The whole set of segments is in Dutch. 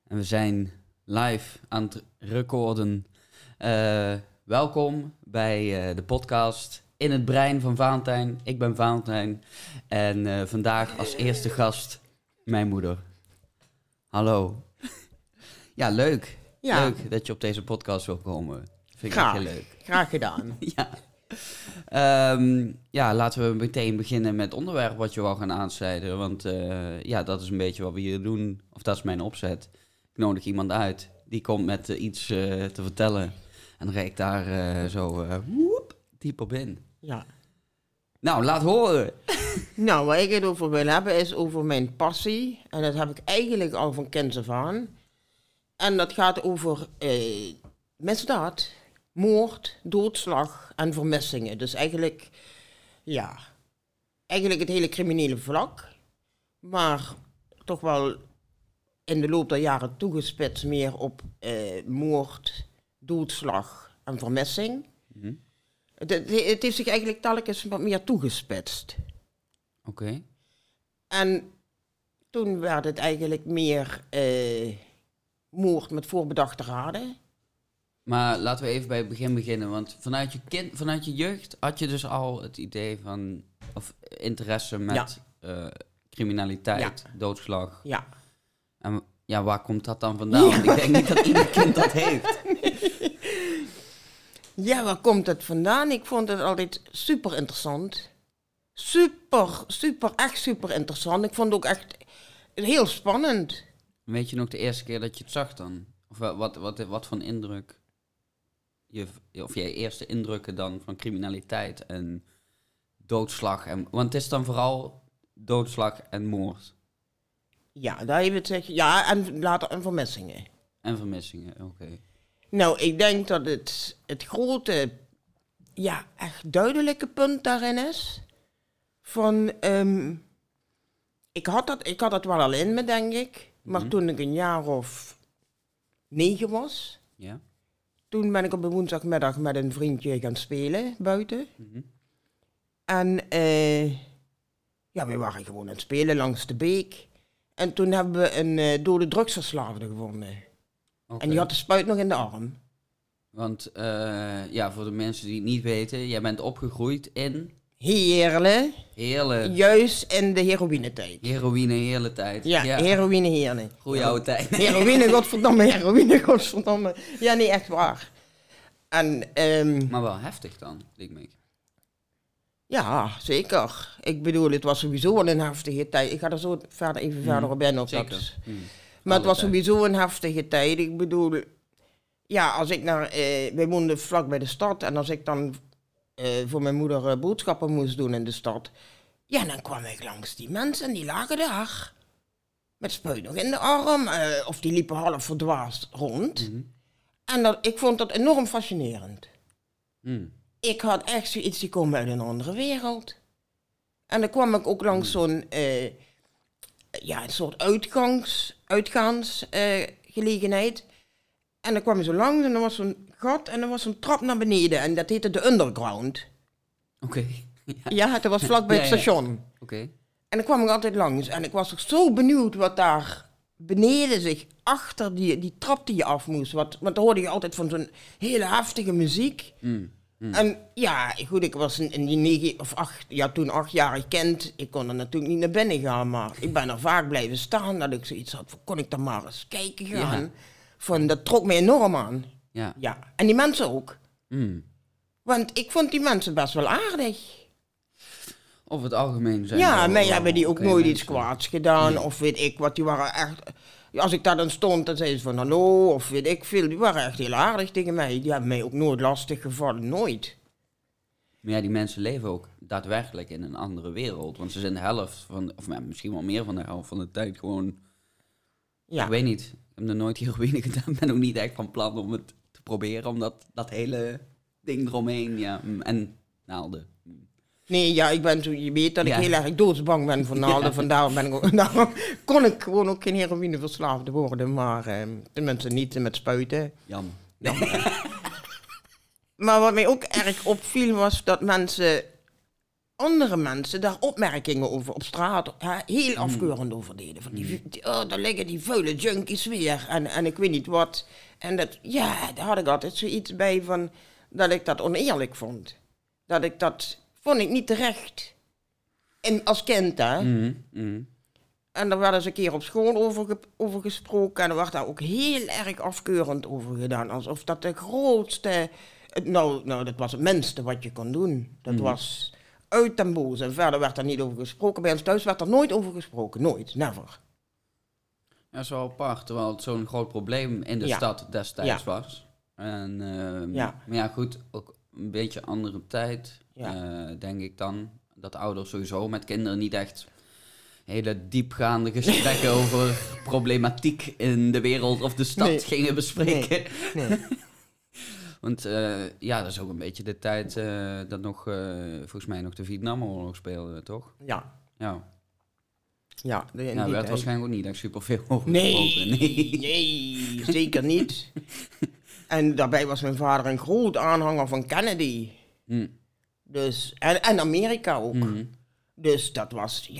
En we zijn live aan het recorden. Welkom bij de podcast In het Brein van Valentijn. Ik ben Valentijn. En vandaag als eerste gast mijn moeder. Hallo. Ja, leuk. Ja. Leuk dat je op deze podcast wil komen. Vind ik Graag. echt heel leuk. Graag gedaan. Ja, laten we meteen beginnen met het onderwerp wat je wil gaan aansnijden. Want dat is een beetje wat we hier doen. Of dat is mijn opzet. Ik nodig iemand uit. Die komt met iets te vertellen. En dan ga ik daar diep op in. Ja. Nou, laat horen. Nou, waar ik het over wil hebben is over mijn passie. En dat heb ik eigenlijk al van kinds af aan. En dat gaat over misdaad, moord, doodslag en vermissingen. Dus eigenlijk het hele criminele vlak. Maar toch wel in de loop der jaren toegespitst meer op moord, doodslag en vermissing. Mhm. Het heeft zich eigenlijk telkens wat meer toegespitst. Oké. En toen werd het eigenlijk meer moord met voorbedachte raden. Maar laten we even bij het begin beginnen. Want vanuit je jeugd had je dus al het idee van... Of interesse met criminaliteit, doodslag. Ja. En ja, waar komt dat dan vandaan? Want ik denk niet dat ieder kind dat heeft. Ja, waar komt het vandaan? Ik vond het altijd super interessant. Echt super interessant. Ik vond het ook echt heel spannend. Weet je nog de eerste keer dat je het zag dan? Of wat voor een indruk? Of je eerste indrukken dan van criminaliteit en doodslag. Want het is dan vooral doodslag en moord. Ja, daar heb je het zeggen. Ja, en later en vermissingen. En vermissingen, oké. Nou, ik denk dat het grote, echt duidelijke punt daarin is. Van, ik had dat wel al in me, denk ik. Maar toen ik een jaar of 9 was, Ja? toen ben ik op een woensdagmiddag met een vriendje gaan spelen buiten. Mhm. En we waren gewoon aan het spelen langs de beek. En toen hebben we een dode drugsverslaafde gevonden. Oké. En die had de spuit nog in de arm. Want voor de mensen die het niet weten, jij bent opgegroeid in Heerlen. Juist in de heroïnetijd. heroïne hele tijd. Ja, heroïne heerlen. Goeie oude tijd. Heroïne, godverdomme. Ja, nee, echt waar. En, Maar wel heftig dan, denk ik. ja, zeker. Ik bedoel, het was sowieso een heftige tijd. Ik ga er zo verder op in. Zeker. Maar het was sowieso een heftige tijd. Ik bedoel, ja, als ik wij woonden vlak bij de stad. En als ik dan voor mijn moeder boodschappen moest doen in de stad. Ja, dan kwam ik langs die mensen en die lagen daar. Met spuit nog in de arm. Of die liepen half verdwaasd rond. Mhm. En ik vond dat enorm fascinerend. Mm. Ik had echt zoiets, die komen uit een andere wereld. En dan kwam ik ook langs zo'n een soort uitgaansgelegenheid. En dan kwam je zo langs en er was zo'n gat en er was zo'n trap naar beneden. En dat heette de Underground. Oké. Ja, dat was vlakbij het station. Oké. En dan kwam ik altijd langs. En ik was toch zo benieuwd wat daar beneden zich, achter die trap die je af moest. Want dan hoorde je altijd van zo'n hele heftige muziek. Mm. En ja, goed, ik was in die 9 of 8, toen 8-jarig kind. Ik kon er natuurlijk niet naar binnen gaan, maar ik ben er vaak blijven staan. Dat ik zoiets had, kon ik daar maar eens kijken gaan. Ja. Dat trok me enorm aan. Ja. Ja, en die mensen ook. Mm. Want ik vond die mensen best wel aardig. Over het algemeen zijn Ja, wel, mij hebben die ook oké nooit mensen. iets kwaads gedaan. Of weet ik wat, die waren echt... Als ik daar dan stond, dan zeiden ze van hallo, of weet ik veel. Die waren echt heel aardig tegen mij. Die hebben mij ook nooit lastig gevallen, nooit. Maar ja, die mensen leven ook daadwerkelijk in een andere wereld. Want ze zijn de helft van, of misschien wel meer van de helft van de tijd gewoon... Ja. Ik weet niet, ik heb nog nooit heroïne gedaan. Ben ook niet echt van plan om het te proberen. Omdat dat hele ding eromheen, en naalden. Nee, ja, ik ben zo, je weet dat ik Ja. heel erg doodsbang ben voor naalden. Vandaar ben ik ook, daarom kon ik gewoon ook geen heroïneverslaafde worden. Maar tenminste niet met spuiten. Jammer. Maar wat mij ook erg opviel was dat mensen andere mensen daar opmerkingen over op straat heel afkeurend over deden. Van daar liggen die vuile junkies weer en ik weet niet wat. En dat, daar had ik altijd zoiets bij van dat ik dat oneerlijk vond. Dat vond ik niet terecht. En als kind, hè. En daar werd eens een keer op school over gesproken en er werd daar ook heel erg afkeurend over gedaan. Alsof dat de grootste... Nou, dat was het minste wat je kon doen. Dat was uit den boze. En verder werd er niet over gesproken. Bij ons thuis werd er nooit over gesproken. Nooit. Never. Ja, dat is wel apart. Terwijl het zo'n groot probleem in de stad destijds was. En, Maar ja, goed. Ook een beetje andere tijd. Denk ik dan. Dat ouders sowieso met kinderen niet echt hele diepgaande gesprekken over problematiek in de wereld of de stad gingen bespreken. Nee. Want dat is ook een beetje de tijd dat nog, volgens mij nog de Vietnamoorlog speelde, toch? Ja. Ja, daar werd waarschijnlijk ook niet echt superveel over gesproken. Nee, zeker niet. En daarbij was mijn vader een groot aanhanger van Kennedy. Dus, en Amerika ook. Dus dat was,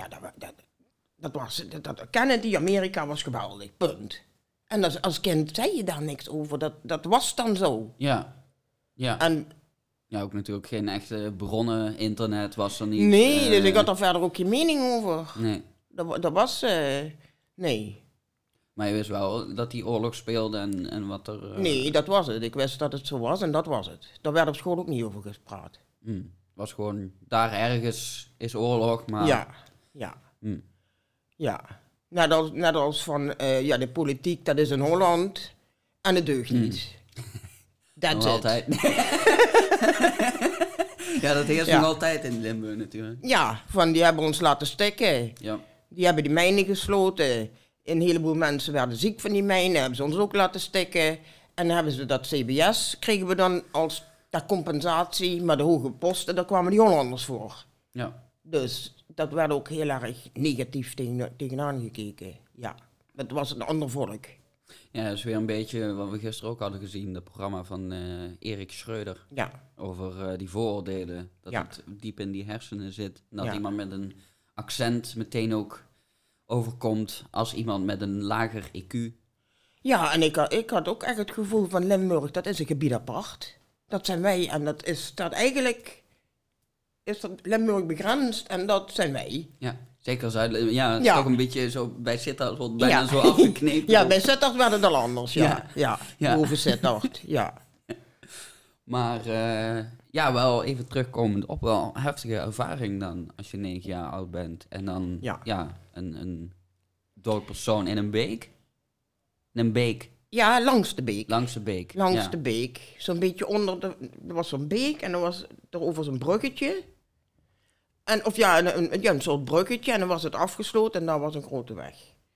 Kennedy, Amerika was geweldig, punt. En als kind zei je daar niks over, dat was dan zo. Ja. En, ook natuurlijk geen echte bronnen, internet was er niet. Nee, dus ik had er verder ook geen mening over. Nee. Dat was, nee. Maar je wist wel dat die oorlog speelde en wat er... Nee, dat was het. Ik wist dat het zo was en dat was het. Daar werd op school ook niet over gespraat. Was gewoon, daar ergens is oorlog, maar... Ja. Net als van, de politiek, dat is in Holland en het deugt niet. That's it. Altijd. Ja, dat heerst nog altijd in Limburg natuurlijk. Ja, die hebben ons laten stikken. Ja. Die hebben die mijnen gesloten. Een heleboel mensen werden ziek van die mijnen, hebben ze ons ook laten stikken. En dan hebben ze dat CBS, kregen we dan als ter compensatie, maar de hoge posten, daar kwamen die Hollanders voor. Ja. Dus dat werd ook heel erg negatief tegenaan gekeken. Ja, dat was een ander volk. Ja, dat is weer een beetje wat we gisteren ook hadden gezien, het programma van Erik Schreuder. Ja. Over die vooroordelen, dat het diep in die hersenen zit. Dat iemand met een accent meteen ook overkomt als iemand met een lager IQ. Ja, en ik had ook echt het gevoel van Limburg, dat is een gebied apart. Dat zijn wij en dat eigenlijk is dat Limburg begrensd en dat zijn wij. Ja, zeker Zuid. Ja, het is toch een beetje zo, bij Sittard wordt bijna zo afgeknepen. Ja, bij Sittard werd het al anders, ja. Boven Sittard, ja. Maar wel even terugkomend op wel heftige ervaring dan, als je 9 jaar oud bent. En dan een dood persoon in een beek. Een beek. Ja, langs de beek. Langs de beek. Zo'n beetje er was zo'n beek en er was er over zo'n bruggetje. En, een soort bruggetje en dan was het afgesloten en daar was een grote weg.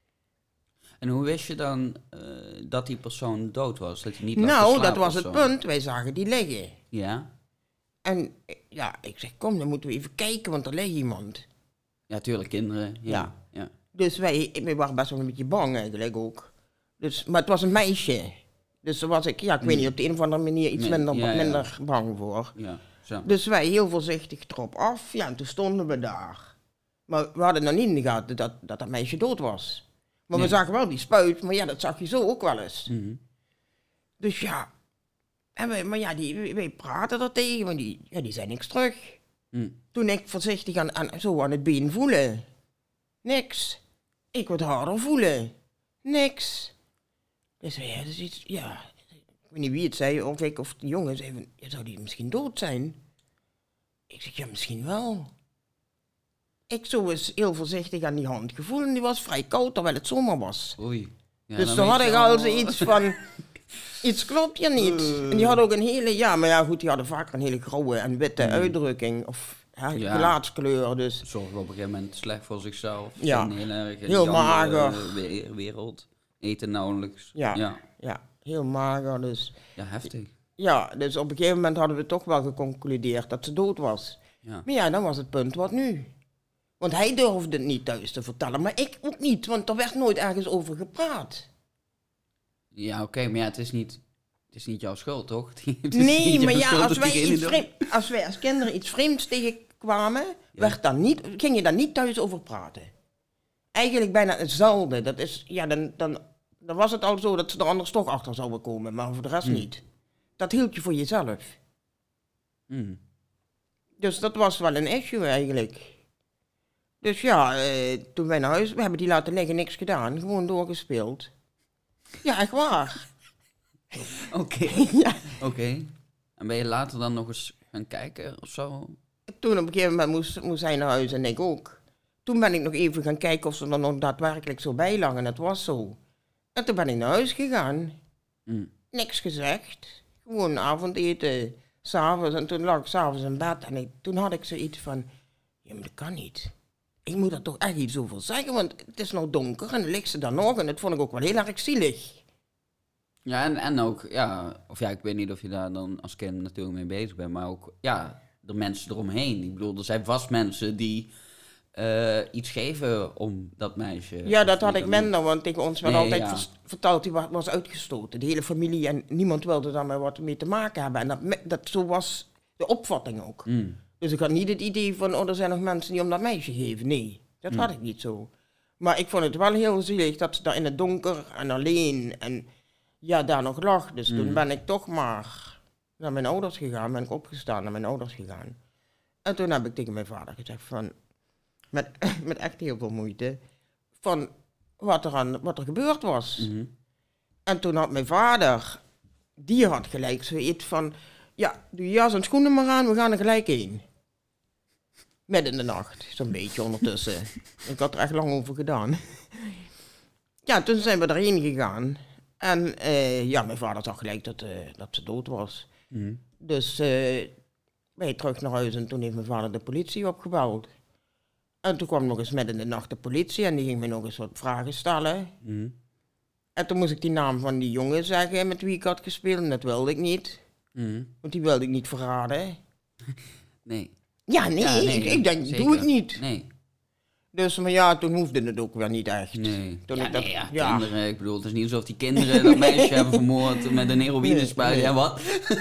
En hoe wist je dan dat die persoon dood was? Dat hij niet dat was het punt. Wij zagen die liggen. Ja. En ik zeg, kom, dan moeten we even kijken, want er ligt iemand. Ja, tuurlijk, kinderen. Ja. Dus wij waren best wel een beetje bang eigenlijk ook. Dus, maar het was een meisje. Dus daar was ik, ik weet niet, op de een of andere manier iets minder bang voor. Ja, zo. Dus wij heel voorzichtig erop af. Ja, en toen stonden we daar. Maar we hadden nog niet in de gaten dat meisje dood was. Maar we zagen wel die spuit, maar dat zag je zo ook wel eens. Mm-hmm. Dus ja. En wij praten er tegen, maar die zei niks terug. Toen ik voorzichtig aan het been voelen. Niks. Ik wat harder voelen. Niks. Dus dat is iets, ik weet niet wie het zei, of ik of de jongen zei van, zou die misschien dood zijn? Ik zeg, ja, misschien wel. Ik zo eens heel voorzichtig aan die hand gevoeld en die was vrij koud, terwijl het zomer was. Oei. Ja, dus toen had ik al zoiets van, iets klopt hier niet. En die hadden ook een hele, die hadden vaak een hele grauwe en witte uitdrukking, of gelaatskleur, dus. Zorgen op een gegeven moment slecht voor zichzelf. Ja, heel mager. Wereld. Eten nauwelijks. Ja, heel mager dus. Ja, heftig. Ja, dus op een gegeven moment hadden we toch wel geconcludeerd dat ze dood was. Ja. Maar dan was het punt, wat nu? Want hij durfde het niet thuis te vertellen, maar ik ook niet, want er werd nooit ergens over gepraat. Ja, oké, maar het is niet jouw schuld, toch? Nee, maar als wij als kinderen iets vreemds tegen kwamen, ging je daar niet thuis over praten. Eigenlijk bijna hetzelfde. Dat is, ja, dan was het al zo dat ze er anders toch achter zouden komen, maar voor de rest niet. Dat hield je voor jezelf. Dus dat was wel een issue eigenlijk. Dus ja, toen wij naar huis, we hebben die laten liggen, niks gedaan, gewoon doorgespeeld. Ja, echt waar. Oké. Ja. Oké. En ben je later dan nog eens gaan kijken of zo? Toen op een gegeven moment moest hij naar huis en ik ook. Toen ben ik nog even gaan kijken of ze er nog daadwerkelijk zo bij lag en het was zo. En toen ben ik naar huis gegaan. Niks gezegd. Gewoon avondeten, 's avonds. En toen lag ik 's avonds in bed en toen had ik zoiets van, ja, maar dat kan niet. Ik moet er toch echt iets over zeggen, want het is nou donker en dan ligt ze daar nog en dat vond ik ook wel heel erg zielig. Ja, en ook, ja, of ja, ik weet niet of je daar dan als kind natuurlijk mee bezig bent, maar ook, ja, de mensen eromheen. Ik bedoel, er zijn vast mensen die iets geven om dat meisje. Ja, dat had ik minder, want tegen ons werd altijd ja. verteld, die was uitgestoten. De hele familie en niemand wilde daar maar wat mee te maken hebben. En zo was de opvatting ook. Dus ik had niet het idee van, er zijn nog mensen die om dat meisje geven. Nee, dat had ik niet zo. Maar ik vond het wel heel zielig dat ze daar in het donker en alleen en ja, daar nog lag. Dus toen ben ik toch maar naar mijn ouders gegaan, ben ik opgestaan naar mijn ouders gegaan. En toen heb ik tegen mijn vader gezegd van, met echt heel veel moeite, van wat er gebeurd was. En toen had mijn vader, die had gelijk zoiets van, ja, doe je jas en schoenen maar aan, we gaan er gelijk heen. Midden in de nacht, zo'n beetje ondertussen. Ik had er echt lang over gedaan. Ja, toen zijn we erheen gegaan. En ja, mijn vader zag gelijk dat ze dood was. Dus wij terug naar huis en toen heeft mijn vader de politie opgebeld. En toen kwam nog eens midden in de nacht de politie en die ging me nog eens wat vragen stellen. En toen moest ik die naam van die jongen zeggen met wie ik had gespeeld en dat wilde ik niet. Want die wilde ik niet verraden. Nee. Ja, nee, ik denk, zeker. Doe ik niet. Nee. Dus, maar ja, toen hoefde het ook weer niet echt. Nee. Toen Kinderen, ik bedoel, het is niet alsof die kinderen dat meisje hebben vermoord met een heroïnespuit. Ja, wat?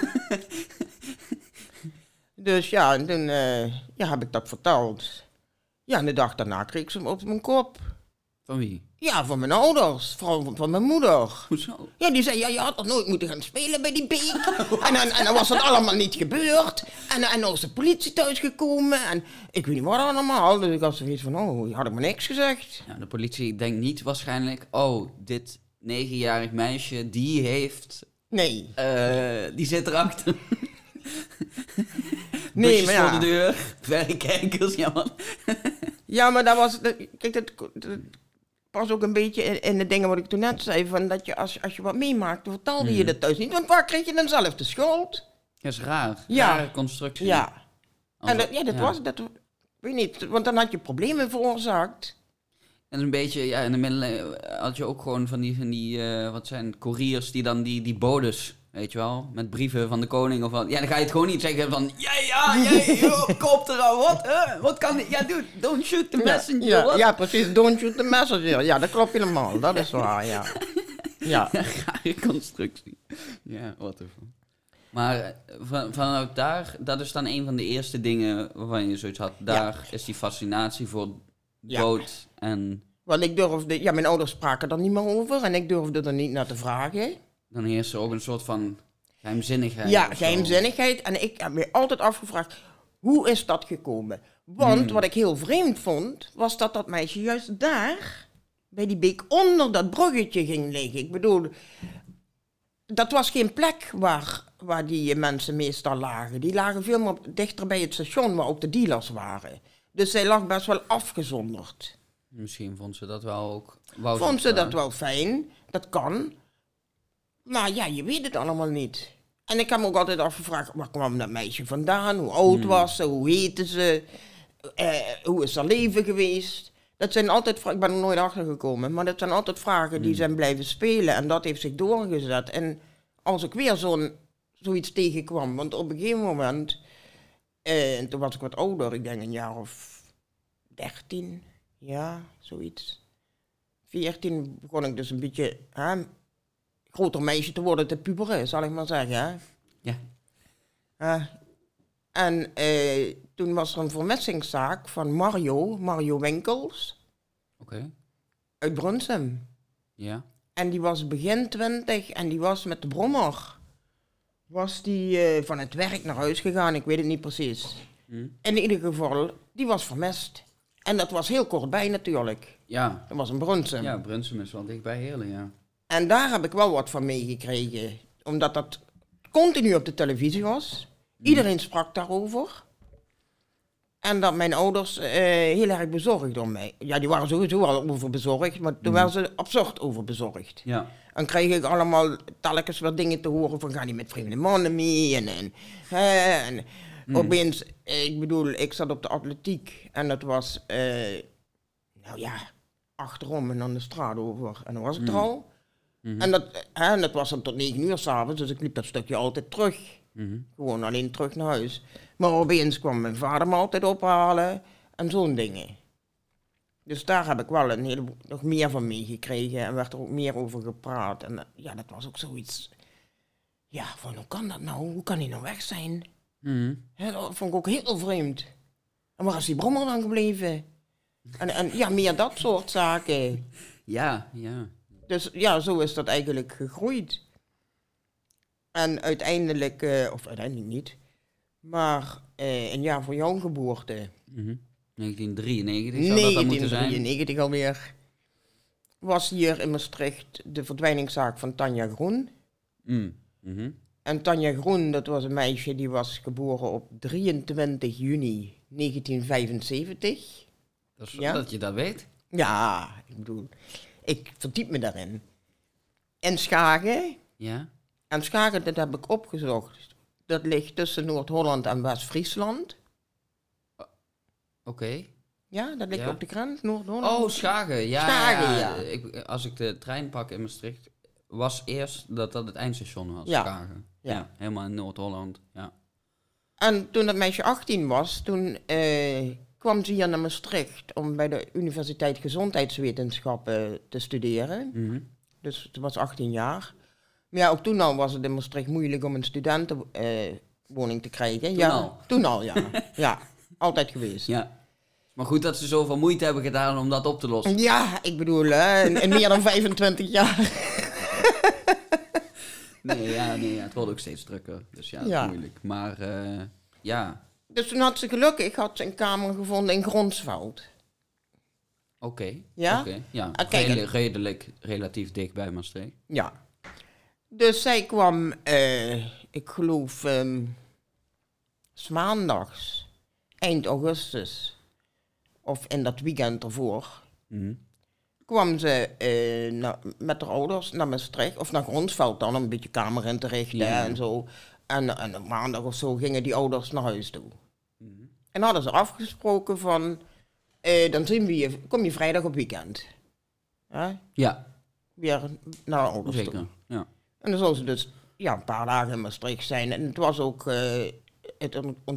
Dus ja, en toen heb ik dat verteld. Ja, en de dag daarna kreeg ze hem op mijn kop. Van wie? Ja, van mijn ouders, vooral van mijn moeder. Hoezo? Ja, die zei, ja, je had toch nooit moeten gaan spelen bij die beek. en dan was dat allemaal niet gebeurd. En dan is de politie thuisgekomen. En ik weet niet wat allemaal. Dus ik had zoiets van, oh, had ik maar niks gezegd. Nou, de politie denkt niet waarschijnlijk, oh, dit 9-jarig meisje, die heeft... Nee. Die zit erachter. Nee, maar ja. voor de deur, verrekijkers, ja man. Ja, maar dat was... Kijk, dat pas ook een beetje in de dingen wat ik toen net zei, van dat je als je wat meemaakt, dan vertelde je dat thuis niet, want waar kreeg je dan zelf de schuld? Dat is raar. Ja. Rare constructie. Ja. En dat weet niet, want dan had je problemen veroorzaakt. En een beetje, ja, in de middeleeuwen had je ook gewoon van die wat zijn couriers die dan die bodes, weet je wel, met brieven van de koning of wat. Ja, dan ga je het gewoon niet zeggen van, kop eraan, wat? Wat kan ik? Ja, dude, don't shoot the messenger. Ja, precies, don't shoot the messenger. Ja, dat klopt helemaal, dat is waar, ja. Ja. Rare constructie. Ja, what the fuck. Maar vanuit daar, dat is dan een van de eerste dingen waarvan je zoiets had. Daar is die fascinatie voor dood en... Want ik durfde, mijn ouders spraken er niet meer over en ik durfde er niet naar te vragen. Dan heerst er ook een soort van geheimzinnigheid. Ja, geheimzinnigheid. En ik heb me altijd afgevraagd, hoe is dat gekomen? Want wat ik heel vreemd vond, was dat meisje juist daar, bij die beek onder dat bruggetje ging liggen. Ik bedoel, dat was geen plek waar die mensen meestal lagen. Die lagen veel meer dichter bij het station waar ook de dealers waren. Dus zij lag best wel afgezonderd. Misschien vond ze dat wel ook... Vond ze dat wel fijn, dat kan. Maar ja, je weet het allemaal niet. En ik heb me ook altijd afgevraagd, waar kwam dat meisje vandaan? Hoe oud was ze? Hoe heette ze? Hoe is haar leven geweest? Dat zijn altijd vragen, ik ben er nooit achter gekomen, maar dat zijn altijd vragen die zijn blijven spelen. En dat heeft zich doorgezet. En als ik weer zoiets tegenkwam, want op een gegeven moment, en toen was ik wat ouder, ik denk een jaar of 13, ja, zoiets. 14 begon ik dus een beetje groter meisje te worden, te puberen, zal ik maar zeggen. Hè? Ja. En toen was er een vermissingszaak van Mario Winkels, Oké. uit Brunsum. Ja. En die was begin 20 en die was met de brommer. Was die van het werk naar huis gegaan, ik weet het niet precies. In ieder geval, die was vermist. En dat was heel kortbij natuurlijk. Ja. Dat was in Brunsum. Ja, Brunsum is wel dicht bij Heerlen, ja. En daar heb ik wel wat van meegekregen. Omdat dat continu op de televisie was. Iedereen sprak daarover. En dat mijn ouders heel erg bezorgd om mij. Ja, die waren sowieso al over bezorgd, maar toen waren ze absurd over bezorgd. Ja. Dan kreeg ik allemaal telkens wat dingen te horen van ga niet met vreemde mannen mee. En opeens, ik bedoel, ik zat op de atletiek en dat was, nou ja, achterom en dan de straat over. En dan was ik er al. En dat was dan tot 9 uur 's avonds, dus ik liep dat stukje altijd terug. Gewoon alleen terug naar huis. Maar opeens kwam mijn vader me altijd ophalen en zo'n dingen. Dus daar heb ik wel een heleboel nog meer van meegekregen en werd er ook meer over gepraat. En ja, dat was ook zoiets. Ja, van hoe kan dat nou? Hoe kan hij nou weg zijn? Hè, dat vond ik ook heel vreemd. En waar is die brommer dan gebleven? En ja, meer dat soort zaken. Ja, ja. Dus ja, zo is dat eigenlijk gegroeid. En uiteindelijk, of uiteindelijk niet, maar een jaar voor jouw geboorte. 1993 zou dat dan moeten zijn. 1993 alweer. Was hier in Maastricht de verdwijningszaak van Tanja Groen. En Tanja Groen, dat was een meisje die was geboren op 23 juni 1975. Dat is Ja? dat je dat weet. Ja, ik bedoel, ik verdiep me daarin. En Schagen. Ja. En Schagen, dat heb ik opgezocht. Dat ligt tussen Noord-Holland en West-Friesland. Oké. Ja, dat ligt Ja. op de grens, Noord-Holland. Oh, Schagen. Ja, Schagen, ja. Als ik de trein pak in Maastricht, was eerst dat het eindstation was, Ja. Schagen. Ja. Ja, helemaal in Noord-Holland. Ja. En toen dat meisje 18 was, toen kwam ze hier naar Maastricht om bij de Universiteit Gezondheidswetenschappen te studeren. Dus ze was 18 jaar. Maar ja, ook toen al was het in Maastricht moeilijk om een studentenwoning te krijgen. Toen al, ja. Ja, altijd geweest. Ja. Maar goed dat ze zoveel moeite hebben gedaan om dat op te lossen. Ja, ik bedoel, in meer dan 25 jaar. Nee, het wordt ook steeds drukker. Dus ja, dat Ja. is moeilijk. Maar ja, Dus toen had ze gelukkig een kamer gevonden in Gronsveld. oké. Ja? Oké, ja. Ah, kijk, Relatief dicht bij Maastricht. Ja. Dus zij kwam, ik geloof, 's maandags, eind augustus, of in dat weekend ervoor, kwam ze met haar ouders naar Maastricht, of naar Gronsveld dan, om een beetje kamer in te richten en zo. En op maandag of zo gingen die ouders naar huis toe. En hadden ze afgesproken van, dan zien we je, kom je vrijdag op weekend. Ja, Weer naar de ouders toe. zeker. Ja. En dan zou ze dus een paar dagen in Maastricht zijn. En het was ook het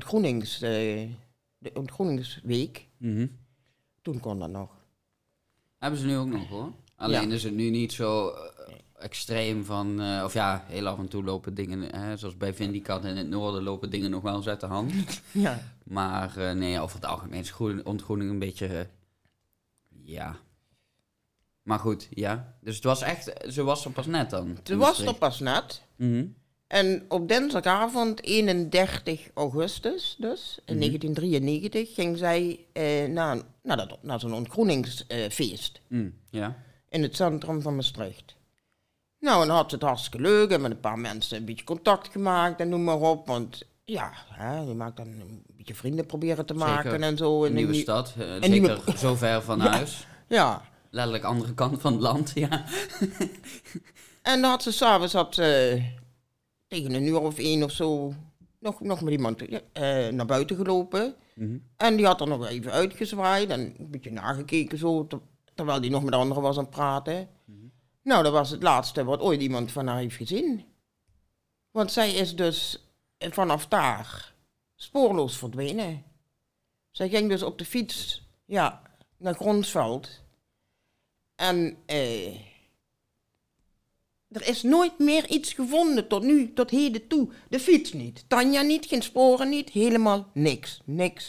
de ontgroeningsweek. Toen kon dat nog. Hebben ze nu ook nog hoor. Alleen is het nu niet zo extreem van, of ja, heel af en toe lopen dingen, zoals bij Vindicat in het noorden lopen dingen nog wel eens uit de hand. Ja. Maar nee, over het algemeen is ontgroening een beetje, ja. Maar goed, ja. Dus het was echt, ze was er pas net dan. Ze was er pas net. En op dinsdagavond, 31 augustus dus, in 1993, ging zij naar zo'n ontgroeningsfeest. Ja. In het centrum van Maastricht. Nou, en dan had ze het hartstikke leuk en met een paar mensen een beetje contact gemaakt en noem maar op. Want ja, je maakt dan een beetje vrienden proberen te maken Zeker. en zo. Een nieuwe stad, zeker nieuwe- zo ver van huis. Ja. Letterlijk andere kant van het land, ja. En dan had ze s'avonds tegen 1 uur of 1 of zo nog met iemand naar buiten gelopen. En die had er nog even uitgezwaaid en een beetje nagekeken zo, terwijl die nog met anderen was aan het praten. Nou, dat was het laatste wat ooit iemand van haar heeft gezien. Want zij is dus vanaf daar spoorloos verdwenen. Zij ging dus op de fiets, naar Gronsveld. En Er is nooit meer iets gevonden tot nu, tot heden toe. De fiets niet, Tanja niet, geen sporen niet, helemaal niks.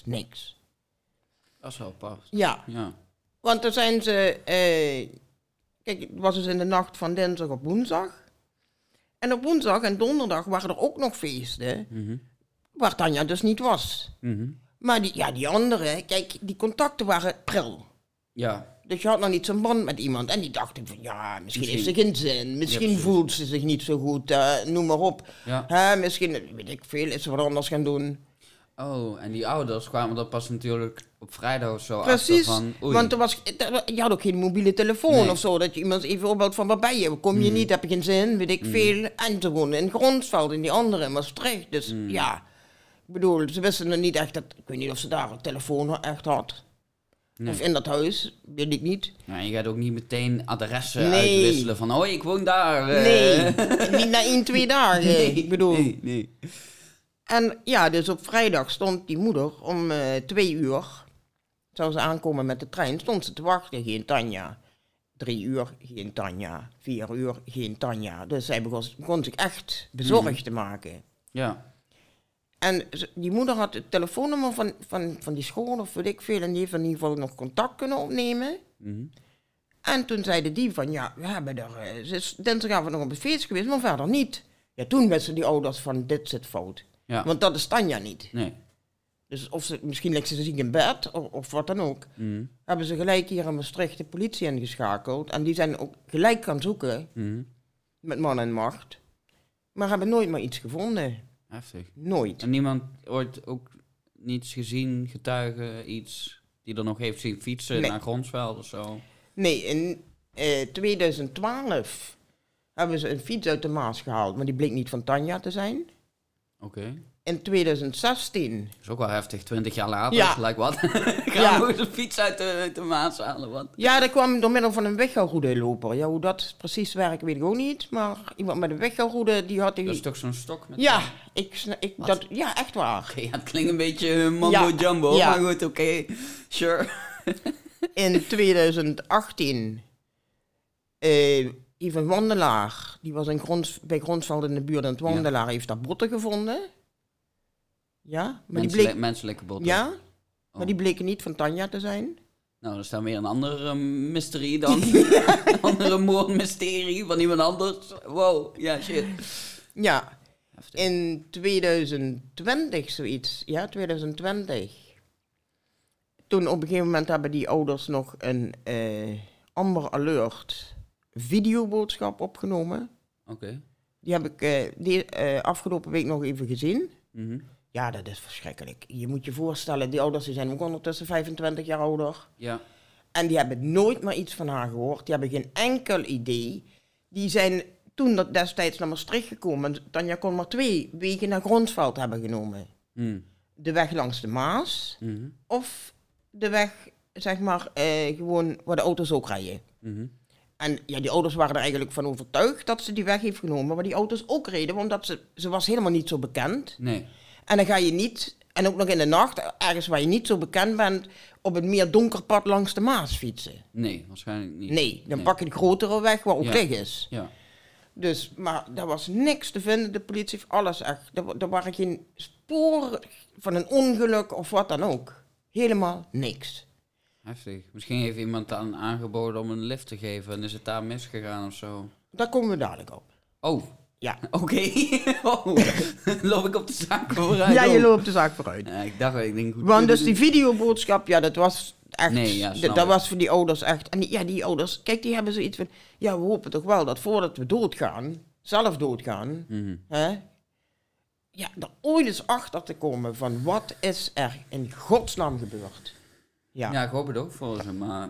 Dat is wel apart. Ja, want dan zijn ze... kijk, het was dus in de nacht van dinsdag op woensdag. En op woensdag en donderdag waren er ook nog feesten... waar Tanja dus niet was. Maar die andere, kijk, die contacten waren pril. Ja. Dus je had nog niet zo'n band met iemand. En die dachten van, ja, misschien heeft ze geen zin. Misschien voelt ze zich niet zo goed. Noem maar op. Ja. Misschien, weet ik veel, is ze wat anders gaan doen. Oh, en die ouders kwamen dan pas natuurlijk op vrijdag of zo Precies, achter van... want je had ook geen mobiele telefoon of zo. Dat je iemand even opbouwt van, waar ben je? Kom je niet, heb je geen zin, weet ik veel. En ze woonden in Gronsveld en die andere in Maastricht. Dus ja, ik bedoel, ze wisten nog niet echt dat... Ik weet niet of ze daar een telefoon echt had. Nee. Of in dat huis, weet ik niet. Ja, je gaat ook niet meteen adressen uitwisselen van... Oh, ik woon daar. Nee, niet na 1-2 dagen. Nee, ik bedoel... Nee. En ja, dus op vrijdag stond die moeder om 2 uur... Zou ze aankomen met de trein, stond ze te wachten. Geen Tanja. 3 uur, geen Tanja. 4 uur, geen Tanja. Dus zij begon zich echt bezorgd te maken. Ja. En die moeder had het telefoonnummer van die school of weet ik veel. En die heeft in ieder geval nog contact kunnen opnemen. En toen zeiden die van, ja, we hebben er... Ze is dinsdagavond nog op een feest geweest, maar verder niet. Ja, toen wisten die ouders van, dit zit fout. Ja. Want dat is Tanja niet. Nee. Dus of misschien ligt ze ziek in bed, of wat dan ook. Hebben ze gelijk hier in Maastricht de politie ingeschakeld. En die zijn ook gelijk gaan zoeken. Met man en macht. Maar hebben nooit maar iets gevonden. Heftig. Nooit. En niemand ooit ook niets gezien, getuigen, iets die er nog heeft zien fietsen naar Gronsveld of zo? Nee, in 2012 hebben ze een fiets uit de Maas gehaald, maar die bleek niet van Tanja te zijn. Oké. In 2016... Dat is ook wel heftig, 20 jaar later, gelijk wat. Gaan we een fiets uit de Maas halen, wat? Ja, dat kwam door middel van een weghouwroedeloper. Ja, hoe dat precies werkt, weet ik ook niet. Maar iemand met een weghouwroede, die had... Dat is toch zo'n stok met... Ja, ja, echt waar. Okay, het klinkt een beetje mambo-jumbo, maar goed, oké. Sure. In 2018... Ivan Wandelaar, die was bij Gronsveld in de buurt en het Wandelaar heeft daar botten gevonden. Ja, maar menselijke botten. Ja, maar die bleken niet van Tanja te zijn. Nou, dat is dan weer een andere mysterie dan. Een andere moordmysterie van iemand anders. Wow, ja, shit. Ja, heftig. In 2020 zoiets. Ja, 2020. Toen op een gegeven moment hebben die ouders nog een Amber Alert videoboodschap opgenomen. Oké. Die heb ik afgelopen week nog even gezien. Ja, dat is verschrikkelijk. Je moet je voorstellen, die ouders die zijn ook ondertussen 25 jaar ouder. Ja. En die hebben nooit maar iets van haar gehoord. Die hebben geen enkel idee. Die zijn toen destijds naar Maastricht gekomen. Tanja kon maar 2 wegen naar Gronsveld hebben genomen. De weg langs de Maas. Of de weg, zeg maar, gewoon waar de auto's ook rijden. En ja, die ouders waren er eigenlijk van overtuigd dat ze die weg heeft genomen. Maar die auto's ook reden, omdat ze was helemaal niet zo bekend. Nee. En dan ga je niet, en ook nog in de nacht, ergens waar je niet zo bekend bent, op een meer donker pad langs de Maas fietsen. Nee, waarschijnlijk niet. Nee, dan pak je de grotere weg waar ook licht is. Ja. Dus, maar daar was niks te vinden. De politie heeft alles echt. Er waren geen sporen van een ongeluk of wat dan ook. Helemaal niks. Heftig. Misschien heeft iemand dan aangeboden om een lift te geven en is het daar misgegaan of zo. Daar komen we dadelijk op. Oh. Ja. Oké. Loop ik op de zaak vooruit? Ja, je loopt de zaak vooruit. Ja, ik denk goed. Want dus die videoboodschap, ja, dat was echt... Nee, ja, dat was voor die ouders echt... En die ouders, kijk, die hebben zoiets van... Ja, we hopen toch wel dat voordat we doodgaan, zelf doodgaan, hè, ja, er ooit eens achter te komen van wat is er in godsnaam gebeurd. Ja, ik hoop het ook voor ze, maar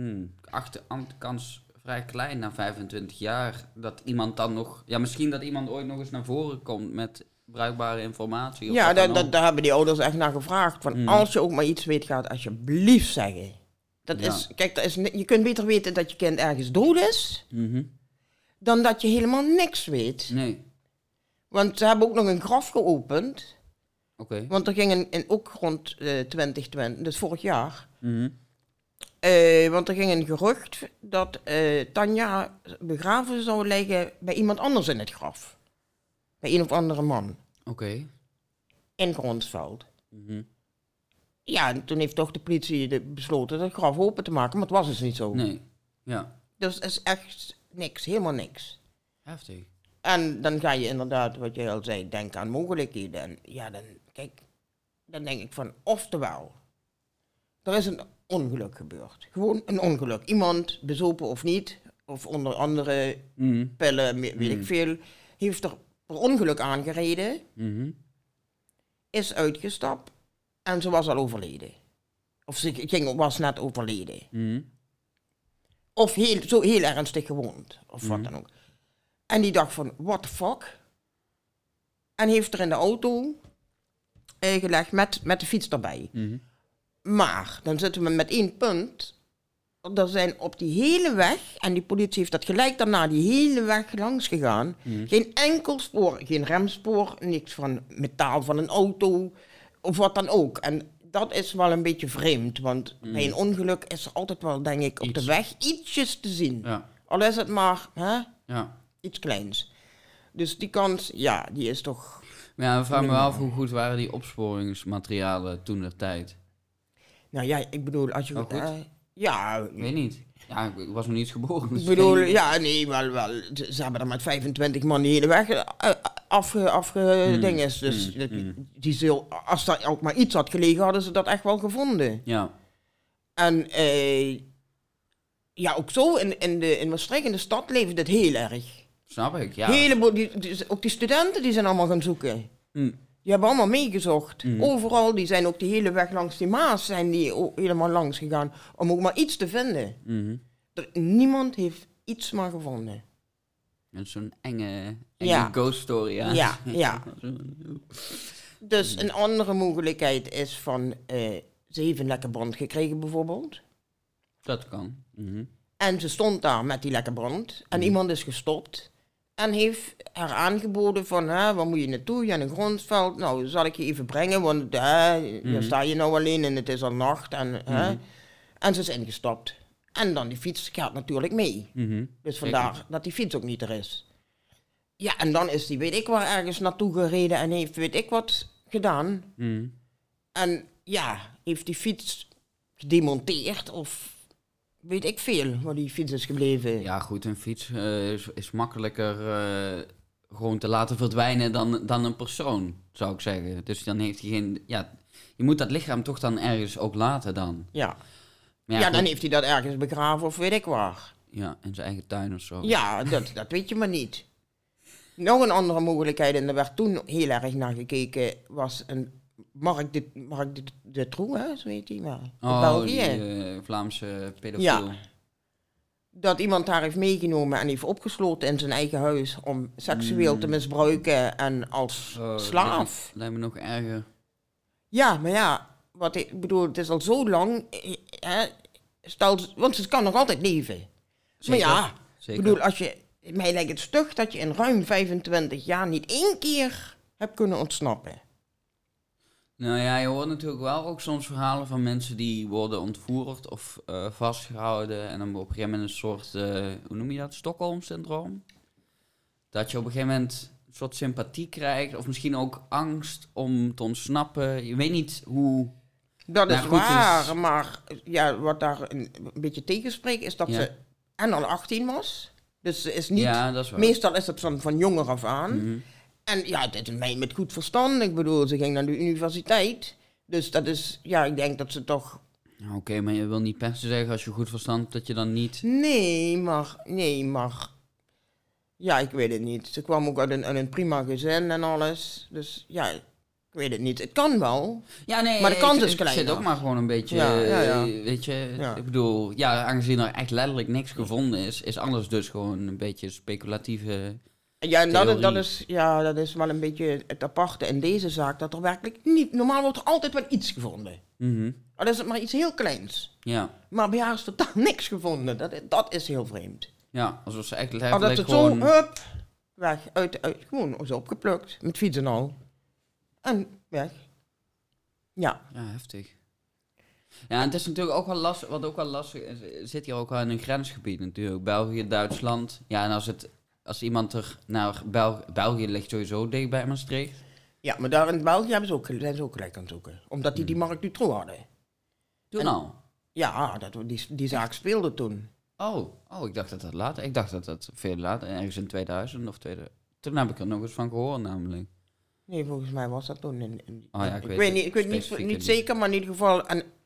kans vrij klein na 25 jaar dat iemand dan nog... Ja, misschien dat iemand ooit nog eens naar voren komt met bruikbare informatie. Ja, daar hebben die ouders echt naar gevraagd. Van als je ook maar iets weet, ga het alsjeblieft zeggen. Dat is, kijk, je kunt beter weten dat je kind ergens dood is, dan dat je helemaal niks weet. Nee. Want ze hebben ook nog een graf geopend. Okay. Want er ging ook rond 2020, dus vorig jaar, Want er ging een gerucht dat Tanja begraven zou liggen bij iemand anders in het graf. Bij een of andere man. Oké. In Gronsveld. Mhm. Ja, en toen heeft toch de politie besloten het graf open te maken, maar het was dus niet zo. Nee. Ja. Dus het is echt niks, helemaal niks. Heftig. En dan ga je inderdaad, wat jij al zei, denken aan mogelijkheden. En ja, dan denk ik van, oftewel, er is een ongeluk gebeurd. Gewoon een ongeluk. Iemand, bezopen of niet, of onder andere pillen, weet ik veel, heeft er per ongeluk aangereden, is uitgestapt en ze was al overleden. Of was net overleden. Of heel ernstig gewond, of wat dan ook. En die dacht van, what the fuck? En heeft er in de auto gelegd met de fiets erbij. Maar, dan zitten we met 1 punt. Er zijn op die hele weg, en die politie heeft dat gelijk daarna die hele weg langs gegaan, geen enkel spoor, geen remspoor, niks van metaal van een auto, of wat dan ook. En dat is wel een beetje vreemd, want bij een ongeluk is er altijd wel, denk ik, op de weg ietsjes te zien. Ja. Al is het maar Ja. iets kleins. Dus die kans, ja, die is toch... Maar ja, we vragen me wel af hoe goed waren die opsporingsmaterialen toen de tijd. Nou ja, ik bedoel, als je... Oh, goed. Ja... Ik weet niet. Ja, ik was nog niet eens geboren. Dus Ik bedoel, ja, nee, wel. Ze hebben er met 25 man de hele weg afgedingest. Dus als er ook maar iets had gelegen, hadden ze dat echt wel gevonden. Ja. En ja, ook zo in Maastricht, in de stad, leefde het heel erg. Snap ik, ja. Ook die studenten, die zijn allemaal gaan zoeken. Die hebben allemaal meegezocht. Overal, die zijn ook de hele weg langs die Maas zijn die helemaal langs gegaan. Om ook maar iets te vinden. Niemand heeft iets maar gevonden. En zo'n enge Ja. ghost story, ja. Ja. Dus een andere mogelijkheid is van... ze heeft een lekker brand gekregen bijvoorbeeld. Dat kan. En ze stond daar met die lekker brand. En iemand is gestopt. En heeft haar aangeboden van, waar moet je naartoe? Ja, in een Gronsveld. Nou, zal ik je even brengen, want hier sta je nou alleen en het is al nacht. En ze is ingestapt. En dan die fiets gaat natuurlijk mee. Dus vandaar dat die fiets ook niet er is. Ja, en dan is die weet ik waar ergens naartoe gereden en heeft weet ik wat gedaan. En ja, heeft die fiets gedemonteerd of... weet ik veel waar die fiets is gebleven. Ja, goed, een fiets is makkelijker gewoon te laten verdwijnen dan een persoon, zou ik zeggen. Dus dan heeft hij geen... Ja, je moet dat lichaam toch dan ergens ook laten dan. Ja. Maar Ja, dan heeft hij dat ergens begraven of weet ik waar. Ja, in zijn eigen tuin of zo. Ja, dat weet je maar niet. Nog een andere mogelijkheid, en er werd toen heel erg naar gekeken, was een Mark de Troe, hè, zo heet die maar. België. Die Vlaamse pedofiel. Ja. Dat iemand haar heeft meegenomen en heeft opgesloten in zijn eigen huis om seksueel te misbruiken en als slaaf. Lijkt me nog erger. Ja, maar ja, wat ik bedoel, het is al zo lang, want ze kan nog altijd leven. Zeker, Maar ja, zeker. ik bedoel, mij lijkt het stug dat je in ruim 25 jaar niet 1 keer hebt kunnen ontsnappen. Nou ja, je hoort natuurlijk wel ook soms verhalen van mensen die worden ontvoerd of vastgehouden. En dan op een gegeven moment een soort, hoe noem je dat, Stockholm-syndroom. Dat je op een gegeven moment een soort sympathie krijgt of misschien ook angst om te ontsnappen. Je weet niet hoe... Dat is goed, waar, maar ja, wat daar een beetje tegenspreekt is dat ze en al 18 was. Dus ze is niet... Ja, dat is waar. Meestal is het van jonger af aan. En ja, dit is mij met goed verstand. Ik bedoel, ze ging naar de universiteit. Dus dat is, ja, ik denk dat ze toch... Oké, maar je wil niet per se zeggen als je goed verstand hebt dat je dan niet... Nee, maar... Ja, ik weet het niet. Ze kwam ook uit een prima gezin en alles. Dus ja, ik weet het niet. Het kan wel. Ja, nee, maar de kans is kleiner. Het zit ook maar gewoon een beetje, weet je... Ik bedoel, ja, aangezien er echt letterlijk niks gevonden is alles dus gewoon een beetje speculatieve... Ja, en dat is wel een beetje het aparte in deze zaak, dat er werkelijk niet... Normaal wordt er altijd wel iets gevonden. Al is het maar iets heel kleins. Ja. Maar bij haar is totaal niks gevonden. Dat is heel vreemd. Ja, alsof ze echt Al letterlijk dat het gewoon... zo, hup, weg, gewoon zo opgeplukt, met fiets en al. En weg. Ja. Ja, heftig. Ja, en het is natuurlijk ook wel lastig, wat ook wel lastig is, zit hier ook wel in een grensgebied natuurlijk. België, Duitsland. Ja, en als iemand er naar België ligt sowieso dicht bij Maastricht. Ja, maar daar in België zijn ze ook gelijk aan het zoeken. Omdat die markt nu trouw hadden. Toen al? Ja, die zaak speelde toen. Oh, ik dacht dat later. Ik dacht dat veel later, ergens in 2000 of 2000. Toen heb ik er nog eens van gehoord namelijk. Nee, volgens mij was dat toen. Ik weet niet zeker, maar in ieder geval,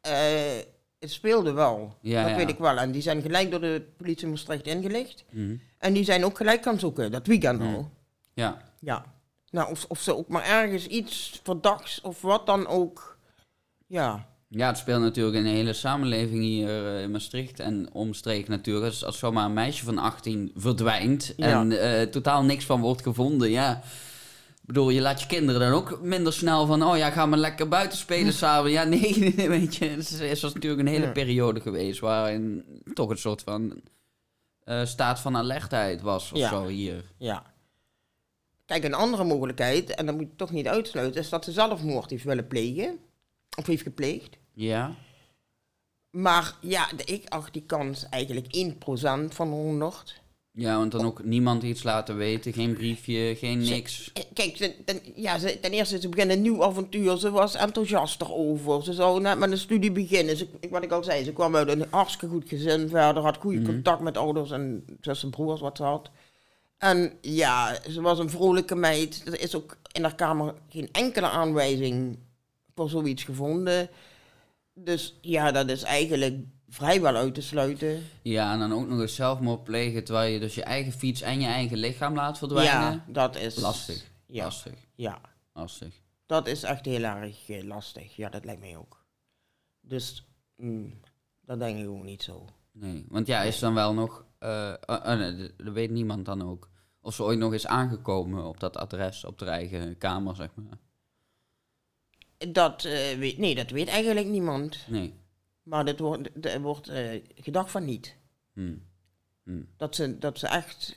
het speelde wel. Dat weet ik wel. En die zijn gelijk door de politie Maastricht ingelicht. Mm. En die zijn ook gelijk gaan zoeken, dat weekend al. Ja. Ja. Nou, of ze ook maar ergens iets verdachts of wat dan ook. Ja. Ja, het speelt natuurlijk in de hele samenleving hier in Maastricht en omstreken natuurlijk. Dus als zomaar een meisje van 18 verdwijnt en totaal niks van wordt gevonden, ja. Ik bedoel, je laat je kinderen dan ook minder snel van, ga maar lekker buiten spelen samen. Ja, nee, weet je. Het was natuurlijk een hele periode geweest waarin toch een soort van staat van alertheid was of zo hier. Ja. Kijk, een andere mogelijkheid, en dat moet je toch niet uitsluiten, is dat ze zelfmoord heeft willen plegen. Of heeft gepleegd. Ja. Maar ja, ik acht die kans eigenlijk 1% van 100. Ja, want dan ook niemand iets laten weten, geen briefje, geen niks. Kijk, ten eerste, ze beginnen een nieuw avontuur. Ze was enthousiast erover. Ze zou net met een studie beginnen. Wat ik al zei, ze kwam uit een hartstikke goed gezin verder. Had goede contact met ouders en zussen, broers wat ze had. En ja, ze was een vrolijke meid. Er is ook in haar kamer geen enkele aanwijzing voor zoiets gevonden. Dus ja, dat is eigenlijk vrijwel uit te sluiten. Ja, en dan ook nog eens zelfmoord plegen, terwijl je dus je eigen fiets en je eigen lichaam laat verdwijnen. Ja, dat is... Lastig. Ja. Lastig. Ja. Lastig. Dat is echt heel erg lastig. Ja, dat lijkt mij ook. Dus, dat denk ik ook niet zo. Nee, want ja, is dan wel nog... dat weet niemand dan ook. Of ze ooit nog is aangekomen op dat adres, op de eigen kamer, zeg maar. Dat weet eigenlijk niemand. Nee. Maar er wordt gedacht van niet. Dat ze echt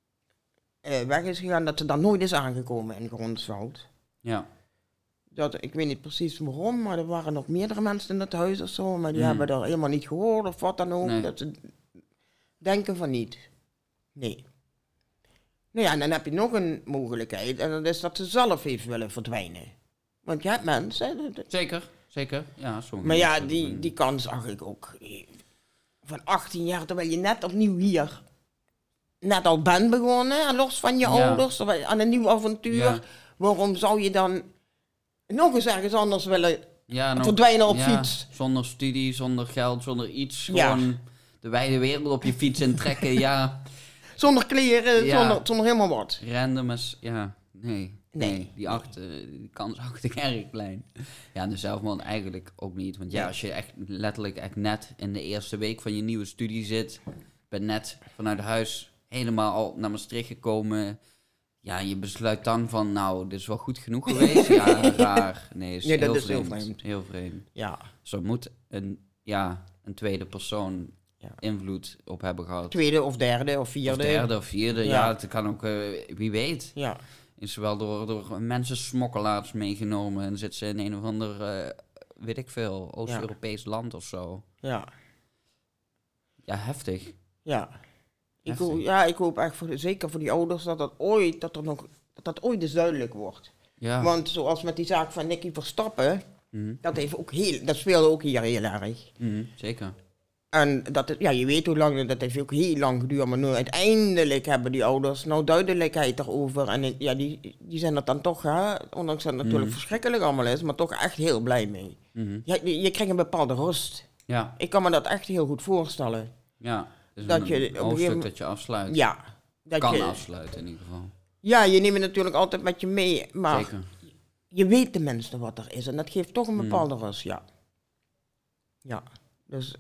weg is gegaan, dat ze dan nooit is aangekomen in Gronsveld. Ja. Ik weet niet precies waarom, maar er waren nog meerdere mensen in het huis of zo, maar die hebben er helemaal niet gehoord of wat dan ook. Nee. Dat ze denken van niet. Nee. Nou ja, en dan heb je nog een mogelijkheid, en dat is dat ze zelf heeft willen verdwijnen. Want je hebt mensen... Zeker. Ja, maar ja, die kans zag ik ook. Van 18 jaar, terwijl je net opnieuw hier... net al bent begonnen, los van je ouders, aan een nieuw avontuur. Ja. Waarom zou je dan nog eens ergens anders willen verdwijnen op fiets? Zonder studie, zonder geld, zonder iets. Gewoon de wijde wereld op je fiets intrekken, Zonder kleren, zonder helemaal wat. Random is, nee, die kans acht ik erg klein. Ja, en de zelfmoord eigenlijk ook niet. Want als je echt letterlijk net in de eerste week van je nieuwe studie zit, bent net vanuit huis helemaal al naar Maastricht gekomen. Ja, je besluit dan van, nou, dit is wel goed genoeg geweest. Ja, raar. Nee, is heel dat vreemd. Is heel vreemd. Heel vreemd. Ja. Zo moet een tweede persoon invloed op hebben gehad. Tweede of derde of vierde. Ja, het kan ook, wie weet. Ja. Is wel door mensen smokkelaars meegenomen en zit ze in een of ander, weet ik veel, Oost-Europees land of zo. Ja. Ja, heftig. Ja. Ik hoop echt, zeker voor die ouders, dat ooit eens duidelijk wordt. Ja. Want zoals met die zaak van Nicky Verstappen, dat speelde ook hier heel erg. Zeker. En je weet hoe lang, dat heeft ook heel lang geduurd, maar nu uiteindelijk hebben die ouders nou duidelijkheid erover. En die zijn er dan toch, ondanks dat het natuurlijk verschrikkelijk allemaal is, maar toch echt heel blij mee. Je krijgt een bepaalde rust. Ja. Ik kan me dat echt heel goed voorstellen. Ja, dus dat je een hoofdstuk dat je afsluit. Ja. Afsluiten in ieder geval. Ja, je neemt het natuurlijk altijd met je mee, maar zeker. Je weet tenminste wat er is en dat geeft toch een bepaalde rust, Ja, dus...